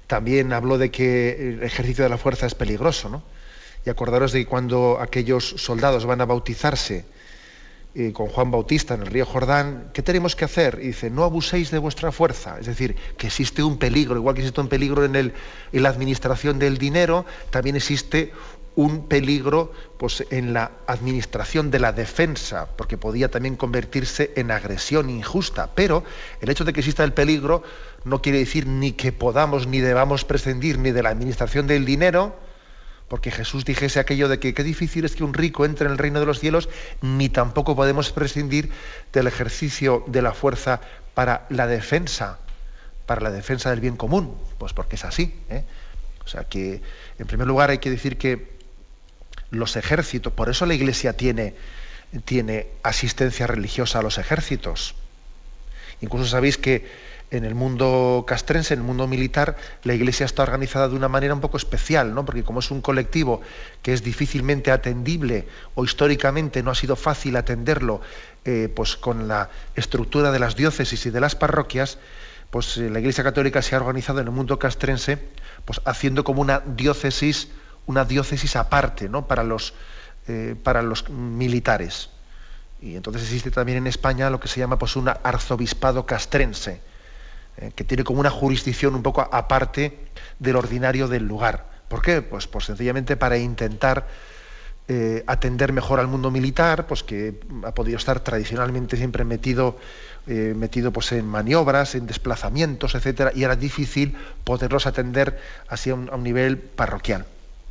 Speaker 2: también habló de que el ejercicio de la fuerza es peligroso, ¿no? Y acordaros de que cuando aquellos soldados van a bautizarse eh, con Juan Bautista en el río Jordán, ¿qué tenemos que hacer? Y dice, no abuséis de vuestra fuerza. Es decir, que existe un peligro, igual que existe un peligro en, el, en la administración del dinero, también existe un peligro pues, en la administración de la defensa, porque podía también convertirse en agresión injusta. Pero el hecho de que exista el peligro no quiere decir ni que podamos ni debamos prescindir ni de la administración del dinero, porque Jesús dijese aquello de que qué difícil es que un rico entre en el reino de los cielos, ni tampoco podemos prescindir del ejercicio de la fuerza para la defensa, para la defensa del bien común, pues porque es así, ¿eh? O sea que, en primer lugar, hay que decir que los ejércitos, por eso la Iglesia tiene, tiene asistencia religiosa a los ejércitos. Incluso sabéis que en el mundo castrense, en el mundo militar, la Iglesia está organizada de una manera un poco especial, ¿no? Porque como es un colectivo que es difícilmente atendible o históricamente no ha sido fácil atenderlo, eh, pues con la estructura de las diócesis y de las parroquias, pues eh, la Iglesia Católica se ha organizado en el mundo castrense, pues haciendo como una diócesis, una diócesis aparte, ¿no? Para los eh, para los militares. Y entonces existe también en España lo que se llama pues un arzobispado castrense, eh, que tiene como una jurisdicción un poco aparte del ordinario del lugar. ¿Por qué? Pues, pues sencillamente para intentar eh, atender mejor al mundo militar, pues que ha podido estar tradicionalmente siempre metido, eh, metido pues en maniobras, en desplazamientos, etcétera, y era difícil poderlos atender así a un, a un nivel parroquial.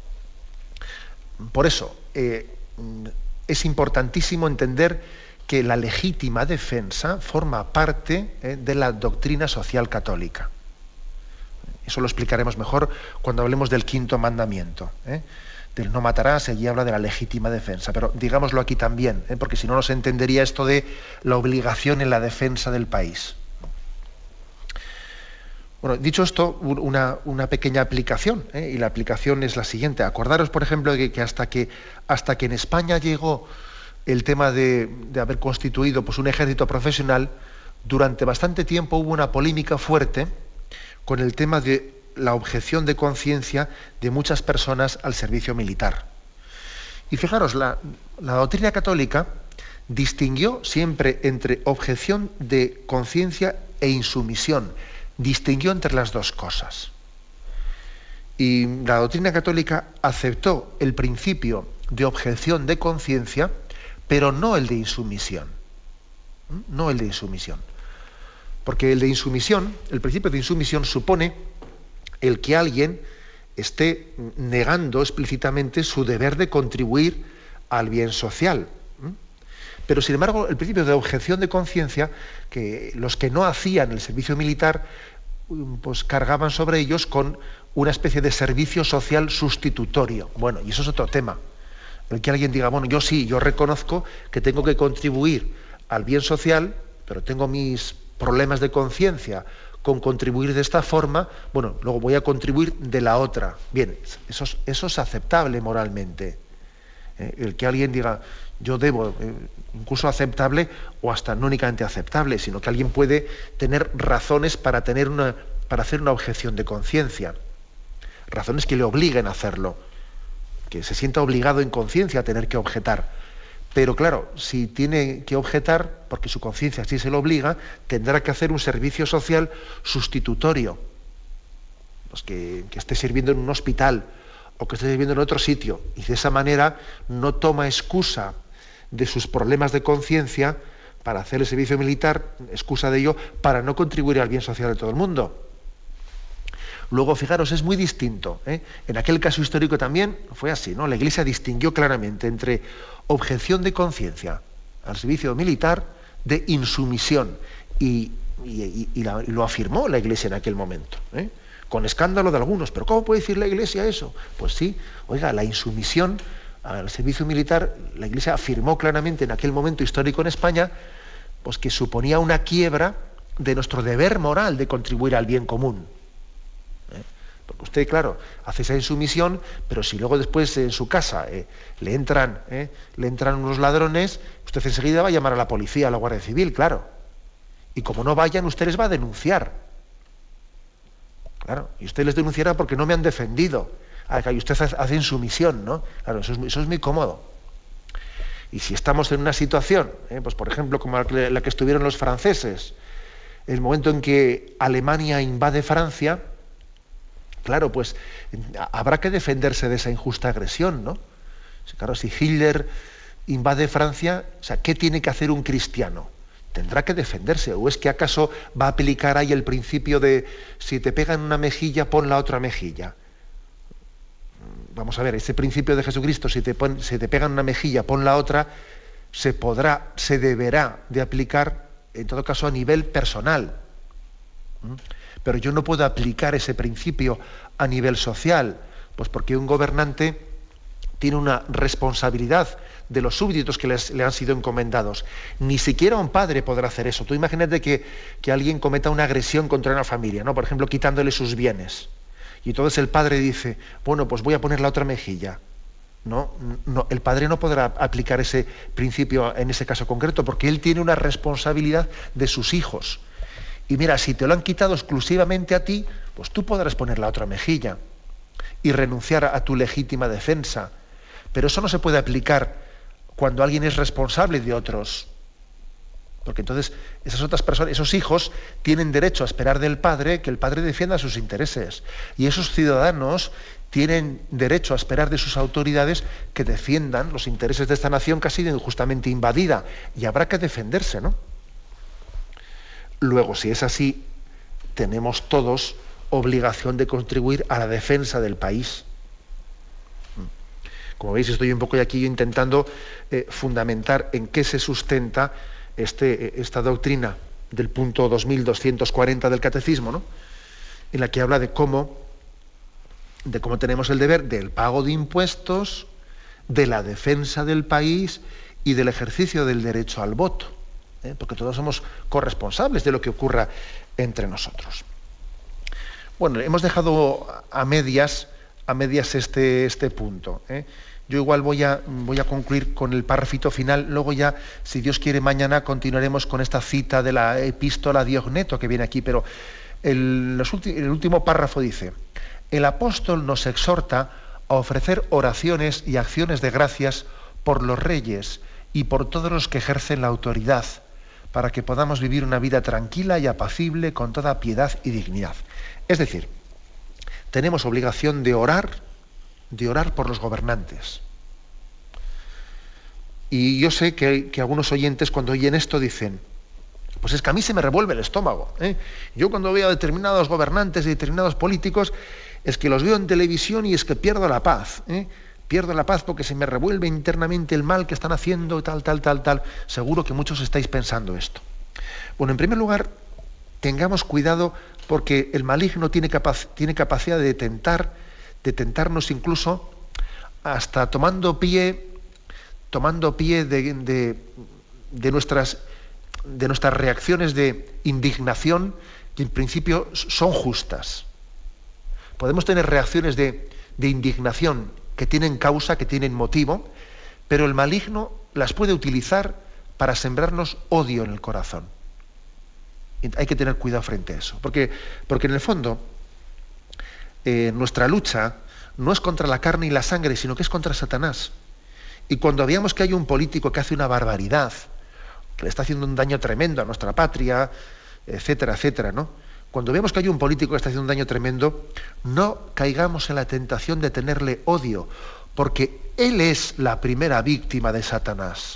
Speaker 2: Por eso, eh, es importantísimo entender que la legítima defensa forma parte eh, de la doctrina social católica. Eso lo explicaremos mejor cuando hablemos del quinto mandamiento, ¿eh? Del no matarás, allí habla de la legítima defensa, pero digámoslo aquí también, ¿eh? Porque si no, no se entendería esto de la obligación en la defensa del país. Bueno, dicho esto, una, una pequeña aplicación, ¿eh? Y la aplicación es la siguiente. Acordaros, por ejemplo, de que hasta que, hasta que en España llegó el tema de, de haber constituido pues, un ejército profesional, durante bastante tiempo hubo una polémica fuerte con el tema de la objeción de conciencia de muchas personas al servicio militar. Y fijaros, la, la doctrina católica distinguió siempre entre objeción de conciencia e insumisión, distinguió entre las dos cosas. Y la doctrina católica aceptó el principio de objeción de conciencia, pero no el de insumisión. No el de insumisión. Porque el de insumisión, el principio de insumisión supone el que alguien esté negando explícitamente su deber de contribuir al bien social. Pero sin embargo, el principio de objeción de conciencia, que los que no hacían el servicio militar, pues cargaban sobre ellos con una especie de servicio social sustitutorio. Bueno, y eso es otro tema. El que alguien diga, bueno, yo sí, yo reconozco que tengo que contribuir al bien social, pero tengo mis problemas de conciencia con contribuir de esta forma, bueno, luego voy a contribuir de la otra. Bien, eso es, eso es aceptable moralmente. Eh, el que alguien diga, yo debo, eh, incluso aceptable, o hasta no únicamente aceptable, sino que alguien puede tener razones para, tener una, para hacer una objeción de conciencia. Razones que le obliguen a hacerlo, que se sienta obligado en conciencia a tener que objetar. Pero claro, si tiene que objetar, porque su conciencia así se lo obliga, tendrá que hacer un servicio social sustitutorio. Pues que, que esté sirviendo en un hospital o que esté sirviendo en otro sitio. Y de esa manera no toma excusa de sus problemas de conciencia para hacer el servicio militar, excusa de ello, para no contribuir al bien social de todo el mundo. Luego, fijaros, es muy distinto, ¿eh? En aquel caso histórico también fue así, ¿no? La Iglesia distinguió claramente entre objeción de conciencia al servicio militar de insumisión y, y, y, y, la, y lo afirmó la Iglesia en aquel momento, ¿eh? Con escándalo de algunos. ¿Pero cómo puede decir la Iglesia eso? Pues sí, oiga, la insumisión al servicio militar, la Iglesia afirmó claramente en aquel momento histórico en España, pues que suponía una quiebra de nuestro deber moral de contribuir al bien común. Porque usted, claro, hace esa insumisión, pero si luego después en su casa eh, le entran eh, le entran unos ladrones, usted enseguida va a llamar a la policía, a la Guardia Civil, claro. Y como no vayan, usted les va a denunciar. Claro, y usted les denunciará porque no me han defendido. Ah, y usted hace insumisión, ¿no? Claro, eso es, eso es muy cómodo. Y si estamos en una situación, ¿eh? pues por ejemplo, como la que, la que estuvieron los franceses, el momento en que Alemania invade Francia, claro, pues habrá que defenderse de esa injusta agresión, ¿no? Claro, si Hitler invade Francia, o sea, ¿qué tiene que hacer un cristiano? Tendrá que defenderse. ¿O es que acaso va a aplicar ahí el principio de si te pegan una mejilla, pon la otra mejilla? Vamos a ver, ese principio de Jesucristo, si te, pon, si te pegan una mejilla, pon la otra, se podrá, se deberá de aplicar, en todo caso, a nivel personal. ¿Mm? Pero yo no puedo aplicar ese principio a nivel social, pues porque un gobernante tiene una responsabilidad de los súbditos que les, le han sido encomendados. Ni siquiera un padre podrá hacer eso. Tú imagínate que, que alguien cometa una agresión contra una familia, ¿no? Por ejemplo, quitándole sus bienes. Y entonces el padre dice, bueno, pues voy a poner la otra mejilla. No, no, el padre no podrá aplicar ese principio en ese caso concreto, porque él tiene una responsabilidad de sus hijos. Y mira, si te lo han quitado exclusivamente a ti, pues tú podrás poner la otra mejilla y renunciar a tu legítima defensa. Pero eso no se puede aplicar cuando alguien es responsable de otros. Porque entonces esas otras personas, esos hijos, tienen derecho a esperar del padre que el padre defienda sus intereses. Y esos ciudadanos tienen derecho a esperar de sus autoridades que defiendan los intereses de esta nación que ha sido injustamente invadida. Y habrá que defenderse, ¿no? Luego, si es así, tenemos todos obligación de contribuir a la defensa del país. Como veis, estoy un poco aquí intentando eh, fundamentar en qué se sustenta este, esta doctrina del punto dos mil doscientos cuarenta del Catecismo, ¿no? En la que habla de cómo, de cómo tenemos el deber del pago de impuestos, de la defensa del país y del ejercicio del derecho al voto, ¿eh? Porque todos somos corresponsables de lo que ocurra entre nosotros. Bueno, hemos dejado a medias, a medias este, este punto, ¿eh? Yo igual voy a, voy a concluir con el párrafito final, luego ya, si Dios quiere, mañana continuaremos con esta cita de la epístola Diogneto que viene aquí, pero el, los ulti, el último párrafo dice: el apóstol nos exhorta a ofrecer oraciones y acciones de gracias por los reyes y por todos los que ejercen la autoridad, para que podamos vivir una vida tranquila y apacible con toda piedad y dignidad. Es decir, tenemos obligación de orar, de orar por los gobernantes. Y yo sé que, que algunos oyentes cuando oyen esto dicen, pues es que a mí se me revuelve el estómago, ¿eh? Yo cuando veo a determinados gobernantes y determinados políticos, es que los veo en televisión y es que pierdo la paz, ¿eh? Pierdo la paz porque se me revuelve internamente el mal que están haciendo, tal, tal, tal, tal. Seguro que muchos estáis pensando esto. Bueno, en primer lugar, tengamos cuidado porque el maligno tiene, capac- tiene capacidad de tentar, de tentarnos incluso hasta tomando pie, tomando pie de, de, de, nuestras, de nuestras reacciones de indignación, que en principio son justas. Podemos tener reacciones de, de indignación que tienen causa, que tienen motivo, pero el maligno las puede utilizar para sembrarnos odio en el corazón. Hay que tener cuidado frente a eso, porque, porque en el fondo eh, nuestra lucha no es contra la carne y la sangre, sino que es contra Satanás. Y cuando veamos que hay un político que hace una barbaridad, que le está haciendo un daño tremendo a nuestra patria, etcétera, etcétera, ¿no? Cuando vemos que hay un político que está haciendo un daño tremendo, no caigamos en la tentación de tenerle odio, porque él es la primera víctima de Satanás.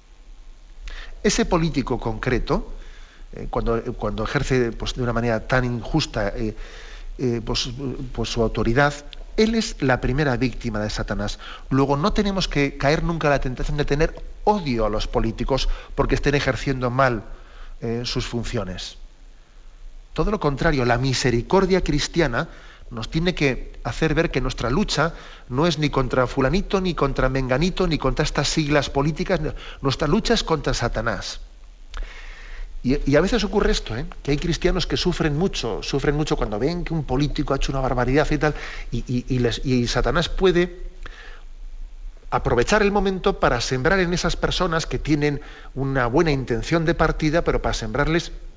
Speaker 2: Ese político concreto, eh, cuando, cuando ejerce pues, de una manera tan injusta eh, eh, pues, pues su autoridad, él es la primera víctima de Satanás. Luego no tenemos que caer nunca en la tentación de tener odio a los políticos porque estén ejerciendo mal eh, sus funciones. Todo lo contrario, la misericordia cristiana nos tiene que hacer ver que nuestra lucha no es ni contra fulanito, ni contra menganito, ni contra estas siglas políticas. Nuestra lucha es contra Satanás. Y, y a veces ocurre esto, ¿eh? Que hay cristianos que sufren mucho, sufren mucho cuando ven que un político ha hecho una barbaridad y tal, y, y, y, les, y Satanás puede aprovechar el momento para sembrar en esas personas que tienen una buena intención de partida, pero para sembrarles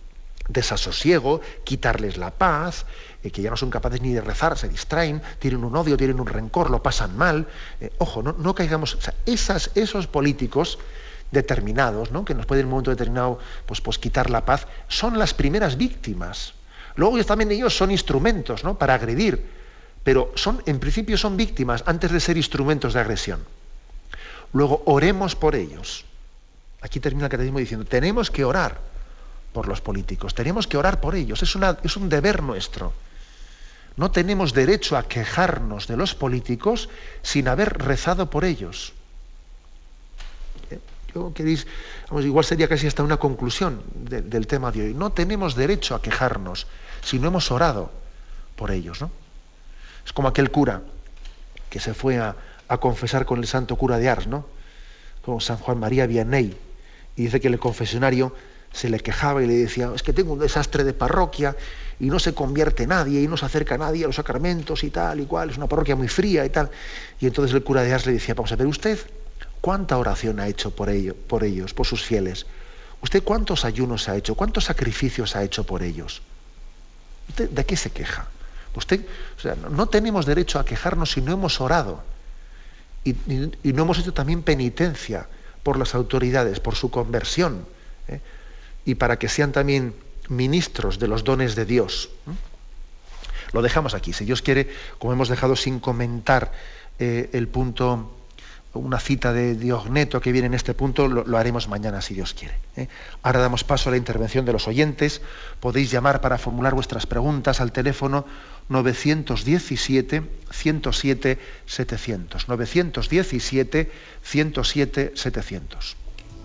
Speaker 2: desasosiego, quitarles la paz, eh, que ya no son capaces ni de rezar, se distraen, tienen un odio, tienen un rencor, lo pasan mal. Eh, ojo, no, no caigamos... O sea, esas, esos políticos determinados, ¿no?, que nos pueden en un momento determinado pues, pues quitar la paz, son las primeras víctimas. Luego ellos, también ellos son instrumentos, ¿no?, para agredir, pero son, en principio son víctimas antes de ser instrumentos de agresión. Luego, oremos por ellos. Aquí termina el catecismo diciendo, tenemos que orar por los políticos, tenemos que orar por ellos, es, una, es un deber nuestro. No tenemos derecho a quejarnos de los políticos sin haber rezado por ellos. ¿Eh? Yo queréis, vamos, igual sería casi hasta una conclusión de, del tema de hoy. No tenemos derecho a quejarnos si no hemos orado por ellos, ¿no? Es como aquel cura que se fue a, a confesar con el santo cura de Ars, ¿no?, como San Juan María Vianney, y dice que el confesionario se le quejaba y le decía, es que tengo un desastre de parroquia y no se convierte nadie y no se acerca nadie a los sacramentos y tal y cual, es una parroquia muy fría y tal. Y entonces el cura de Ars le decía, vamos a ver, usted, ¿cuánta oración ha hecho por, ello, por ellos, por sus fieles? ¿Usted cuántos ayunos ha hecho? ¿Cuántos sacrificios ha hecho por ellos? ¿Usted de qué se queja? Usted, o sea, no tenemos derecho a quejarnos si no hemos orado y, y, y no hemos hecho también penitencia por las autoridades, por su conversión, ¿eh?, y para que sean también ministros de los dones de Dios. ¿eh? Lo dejamos aquí. Si Dios quiere, como hemos dejado sin comentar eh, el punto, una cita de Diogneto que viene en este punto, lo, lo haremos mañana si Dios quiere. ¿eh? Ahora damos paso a la intervención de los oyentes. Podéis llamar para formular vuestras preguntas al teléfono novecientos diecisiete, ciento siete, setecientos. novecientos diecisiete, ciento siete, setecientos.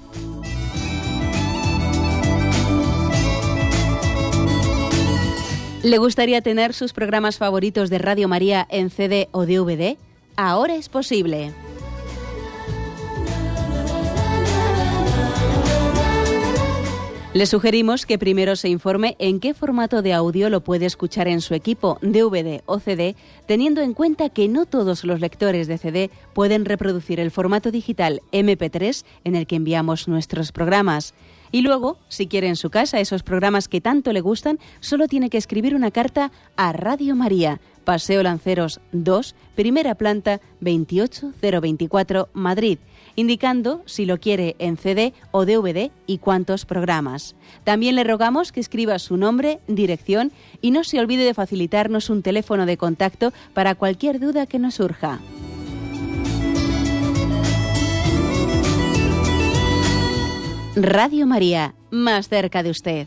Speaker 1: ¿Le gustaría tener sus programas favoritos de Radio María en C D o D V D? Ahora es posible. Le sugerimos que primero se informe en qué formato de audio lo puede escuchar en su equipo, D V D o C D, teniendo en cuenta que no todos los lectores de C D pueden reproducir el formato digital eme pe tres en el que enviamos nuestros programas. Y luego, si quiere en su casa esos programas que tanto le gustan, solo tiene que escribir una carta a Radio María, Paseo Lanceros dos, primera planta, veintiocho cero veinticuatro, Madrid, indicando si lo quiere en C D o D V D y cuántos programas. También le rogamos que escriba su nombre, dirección y no se olvide de facilitarnos un teléfono de contacto para cualquier duda que nos surja. Radio María, más cerca de usted.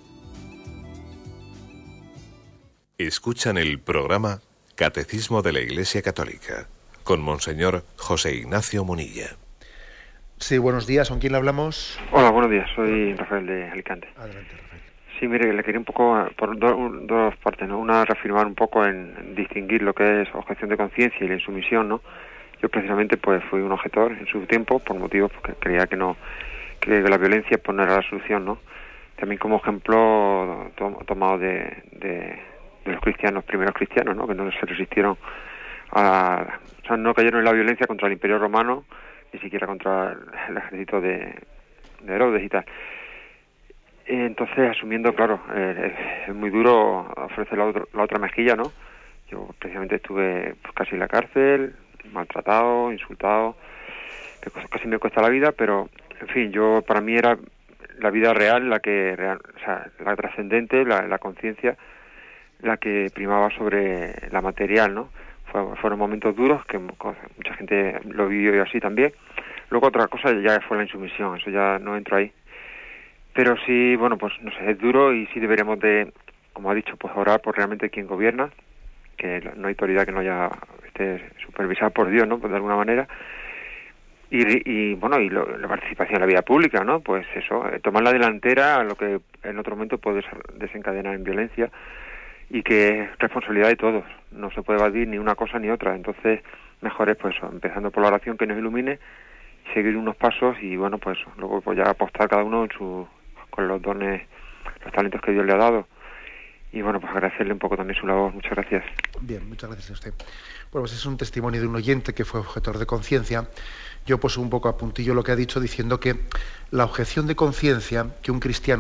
Speaker 3: Escuchan el programa Catecismo de la Iglesia Católica con Monseñor José Ignacio Munilla.
Speaker 2: Sí, buenos días. ¿Con quién le hablamos?
Speaker 4: Hola, buenos días. Soy Rafael de Alicante.
Speaker 2: Adelante, Rafael.
Speaker 4: Sí, mire, le quería un poco, por do, dos partes, ¿no? Una, reafirmar un poco en distinguir lo que es objeción de conciencia y la insumisión, ¿no? Yo precisamente pues fui un objetor en su tiempo por motivos que creía que no que la violencia pues no era la solución, ¿no? También como ejemplo to, tomado de, de, de los cristianos, primeros cristianos, ¿no? Que no se resistieron a... O sea, no cayeron en la violencia contra el Imperio Romano, ni siquiera contra el ejército de, de Herodes y tal. Entonces, asumiendo, claro, eh, es muy duro ofrecer la, otro, la otra mejilla, ¿no? Yo precisamente estuve pues, casi en la cárcel, maltratado, insultado, casi me cuesta la vida, pero en fin, yo para mí era la vida real, la que, real, o sea, la trascendente, la, la conciencia, la que primaba sobre la material, ¿no? Fue, fueron momentos duros que mucha gente lo vivió así también. Luego otra cosa ya fue la insumisión, eso ya no entro ahí. Pero sí, bueno, pues no sé, es duro y sí deberíamos de, como ha dicho, pues orar por realmente quien gobierna, que no hay autoridad que no haya esté supervisada por Dios, ¿no? Pues de alguna manera. Y, y bueno, y lo, la participación en la vida pública, ¿no? Pues eso, eh, tomar la delantera a lo que en otro momento puede desencadenar en violencia y que es responsabilidad de todos, no se puede evadir ni una cosa ni otra. Entonces, mejor es pues empezando por la oración que nos ilumine, seguir unos pasos y bueno, pues luego pues ya apostar cada uno en su, con los dones, los talentos que Dios le ha dado. Y bueno, pues agradecerle un poco también su labor. Muchas gracias.
Speaker 2: Bien, muchas gracias a usted. Bueno, pues es un testimonio de un oyente que fue objetor de conciencia. Yo pues un poco apuntillo lo que ha dicho diciendo que la objeción de conciencia que un cristiano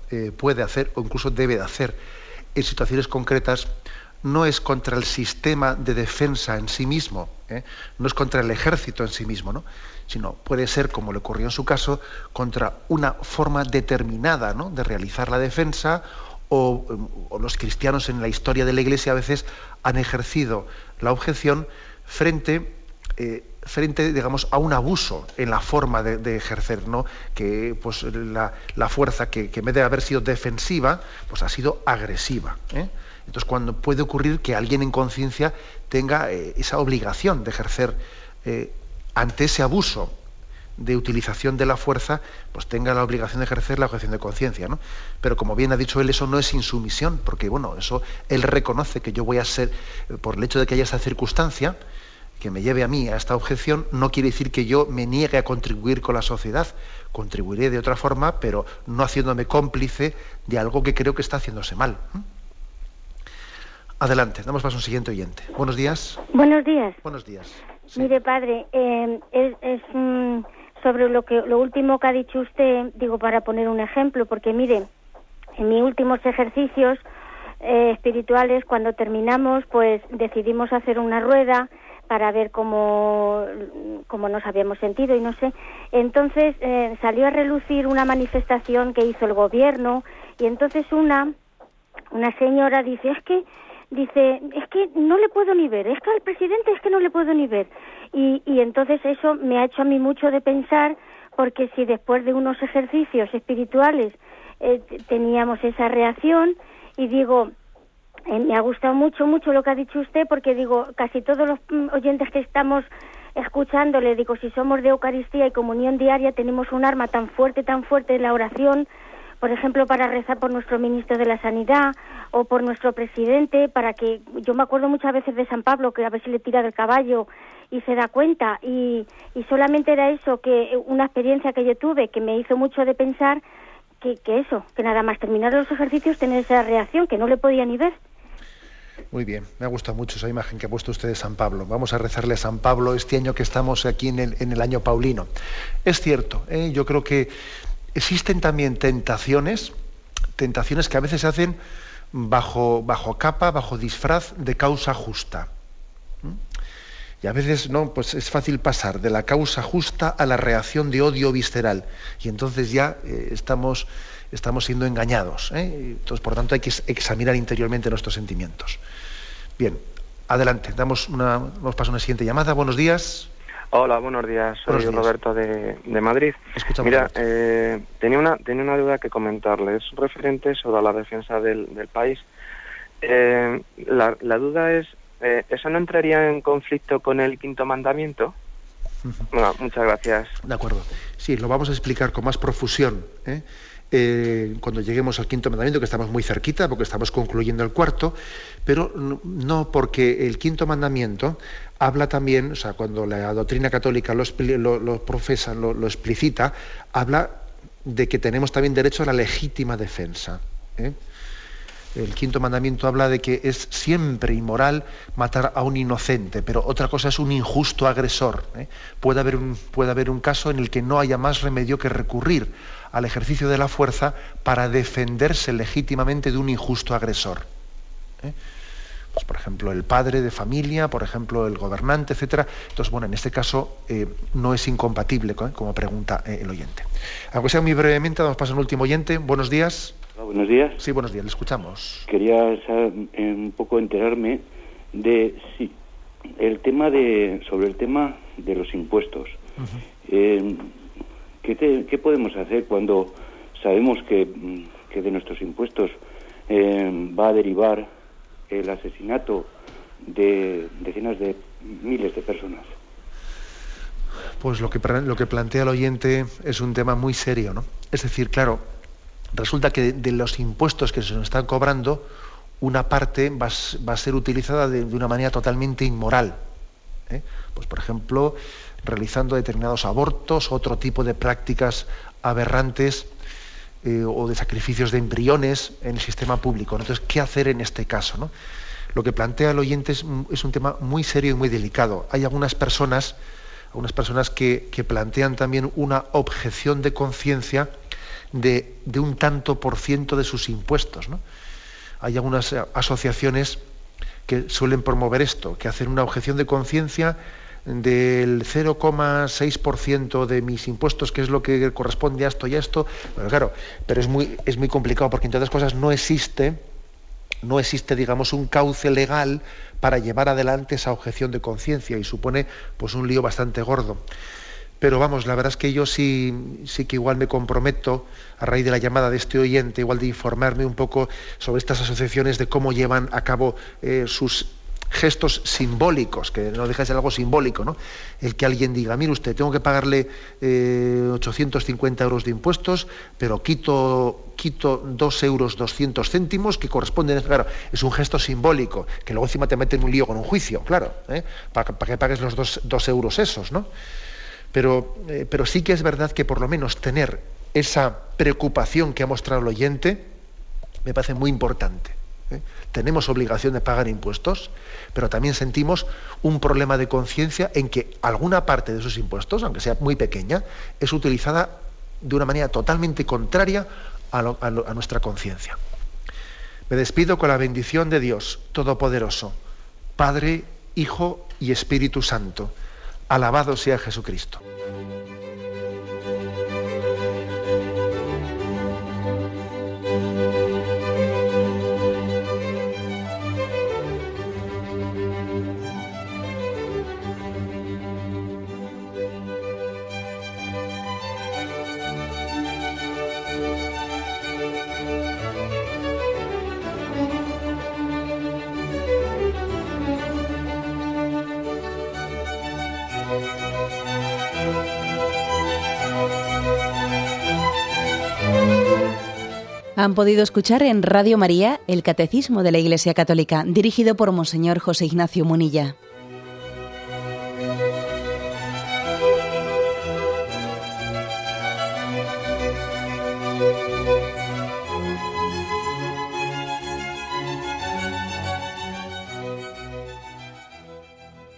Speaker 2: eh, puede hacer o incluso debe de hacer en situaciones concretas no es contra el sistema de defensa en sí mismo, ¿eh? no es contra el ejército en sí mismo, ¿no? Sino puede ser, como le ocurrió en su caso, contra una forma determinada, ¿no?, de realizar la defensa, o, o los cristianos en la historia de la Iglesia a veces han ejercido la objeción frente, eh, frente, digamos, a un abuso en la forma de, de ejercer, ¿no?, que pues la, la fuerza que, que en vez de haber sido defensiva, pues ha sido agresiva, ¿eh? Entonces, cuando puede ocurrir que alguien en conciencia tenga eh, esa obligación de ejercer eh, ante ese abuso de utilización de la fuerza, pues tenga la obligación de ejercer la objeción de conciencia, ¿no? Pero como bien ha dicho él, eso no es insumisión, porque bueno, eso él reconoce que yo voy a ser, por el hecho de que haya esa circunstancia que me lleve a mí a esta objeción, no quiere decir que yo me niegue a contribuir con la sociedad. Contribuiré de otra forma, pero no haciéndome cómplice de algo que creo que está haciéndose mal. ¿Mm? Adelante, damos paso a un siguiente oyente. Buenos días.
Speaker 5: Buenos días.
Speaker 2: Buenos días. Sí.
Speaker 5: Mire, padre, eh, es, es mm, sobre lo que lo último que ha dicho usted, digo, para poner un ejemplo, porque mire, en mis últimos ejercicios eh, espirituales, cuando terminamos, pues decidimos hacer una rueda para ver cómo, cómo nos habíamos sentido y no sé. Entonces eh, salió a relucir una manifestación que hizo el gobierno, y entonces una, una señora dice, es que Dice, es que no le puedo ni ver, es que al presidente es que no le puedo ni ver. Y, y entonces eso me ha hecho a mí mucho de pensar, porque si después de unos ejercicios espirituales eh, teníamos esa reacción, y digo, eh, me ha gustado mucho, mucho lo que ha dicho usted, porque digo, casi todos los mm, oyentes que estamos escuchándole, digo, si somos de Eucaristía y comunión diaria, tenemos un arma tan fuerte, tan fuerte en la oración, por ejemplo, para rezar por nuestro ministro de la Sanidad o por nuestro presidente, para que, yo me acuerdo muchas veces de San Pablo, que a ver si le tira del caballo y se da cuenta, y, y solamente era eso, que una experiencia que yo tuve que me hizo mucho de pensar que, que eso, que nada más terminar los ejercicios tener esa reacción, que no le podía ni ver.
Speaker 2: Muy bien, me ha gustado mucho esa imagen que ha puesto usted de San Pablo. Vamos a rezarle a San Pablo este año que estamos aquí en el, en el año paulino. Es cierto, ¿eh? Yo creo que existen también tentaciones, tentaciones que a veces se hacen bajo, bajo capa, bajo disfraz de causa justa. ¿Mm? Y a veces no, pues es fácil pasar de la causa justa a la reacción de odio visceral. Y entonces ya eh, estamos, estamos siendo engañados, ¿eh? Entonces, por tanto, hay que examinar interiormente nuestros sentimientos. Bien, adelante, damos una, vamos a pasar a una siguiente llamada. Buenos días.
Speaker 6: Hola, buenos días. Soy
Speaker 2: Buenos días.
Speaker 6: Roberto de, de Madrid.
Speaker 2: Escuchamos.
Speaker 6: Mira, eh, tenía una tenía una duda que comentarle. Es referente sobre la defensa del, del país. Eh, la, la duda es, eh, ¿eso no entraría en conflicto con el quinto mandamiento? Uh-huh. Bueno, muchas gracias.
Speaker 2: De acuerdo. Sí, lo vamos a explicar con más profusión, ¿eh? Eh, cuando lleguemos al quinto mandamiento, que estamos muy cerquita, porque estamos concluyendo el cuarto, pero no, porque el quinto mandamiento habla también, o sea, cuando la doctrina católica lo, lo, lo profesa, lo, lo explicita, habla de que tenemos también derecho a la legítima defensa, ¿eh? El quinto mandamiento habla de que es siempre inmoral matar a un inocente, pero otra cosa es un injusto agresor, ¿eh? Puede haber un, puede haber un caso en el que no haya más remedio que recurrir al ejercicio de la fuerza para defenderse legítimamente de un injusto agresor, ¿eh? Pues, por ejemplo, el padre de familia, por ejemplo, el gobernante, etcétera. Entonces, bueno, en este caso eh, no es incompatible, ¿eh? Como pregunta eh, el oyente. Aunque sea muy brevemente, damos paso al último oyente. Buenos días.
Speaker 7: Hola, buenos días.
Speaker 2: Sí, buenos días, le escuchamos.
Speaker 7: Quería saber, eh, un poco enterarme de sí, el tema de sobre el tema de los impuestos. Uh-huh. Eh, ¿qué, te, ¿Qué podemos hacer cuando sabemos que, que de nuestros impuestos eh, va a derivar el asesinato de decenas de miles de personas?
Speaker 2: Pues lo que, lo que plantea el oyente es un tema muy serio, ¿no? Es decir, claro, resulta que de los impuestos que se nos están cobrando, una parte va, va a ser utilizada de, de una manera totalmente inmoral, ¿eh? Pues, por ejemplo, realizando determinados abortos, otro tipo de prácticas aberrantes, eh, o de sacrificios de embriones en el sistema público. Entonces, ¿qué hacer en este caso, ¿no? Lo que plantea el oyente es, es un tema muy serio y muy delicado. Hay algunas personas, algunas personas que, que plantean también una objeción de conciencia de, de un tanto por ciento de sus impuestos, ¿no? Hay algunas asociaciones que suelen promover esto, que hacen una objeción de conciencia del cero coma seis por ciento de mis impuestos, que es lo que corresponde a esto y a esto. Bueno, claro, pero es muy, es muy complicado, porque entre otras cosas no existe, no existe, digamos, un cauce legal para llevar adelante esa objeción de conciencia, y supone pues un lío bastante gordo. Pero vamos, la verdad es que yo sí, sí que igual me comprometo, a raíz de la llamada de este oyente, igual de informarme un poco sobre estas asociaciones, de cómo llevan a cabo eh, sus gestos simbólicos, que no deja de ser algo simbólico, ¿no? El que alguien diga, mire usted, tengo que pagarle eh, ochocientos cincuenta euros de impuestos, pero quito, quito dos euros doscientos céntimos que corresponden, claro, es un gesto simbólico, que luego encima te meten en un lío con un juicio, claro, ¿eh? para, para que pagues los dos, dos euros esos, ¿no? Pero, eh, pero sí que es verdad que por lo menos tener esa preocupación que ha mostrado el oyente me parece muy importante. ¿eh? Tenemos obligación de pagar impuestos, pero también sentimos un problema de conciencia en que alguna parte de esos impuestos, aunque sea muy pequeña, es utilizada de una manera totalmente contraria a, lo, a, lo, a nuestra conciencia. Me despido con la bendición de Dios Todopoderoso, Padre, Hijo y Espíritu Santo. Alabado sea Jesucristo.
Speaker 1: Han podido escuchar en Radio María el Catecismo de la Iglesia Católica, dirigido por Monseñor José Ignacio Munilla.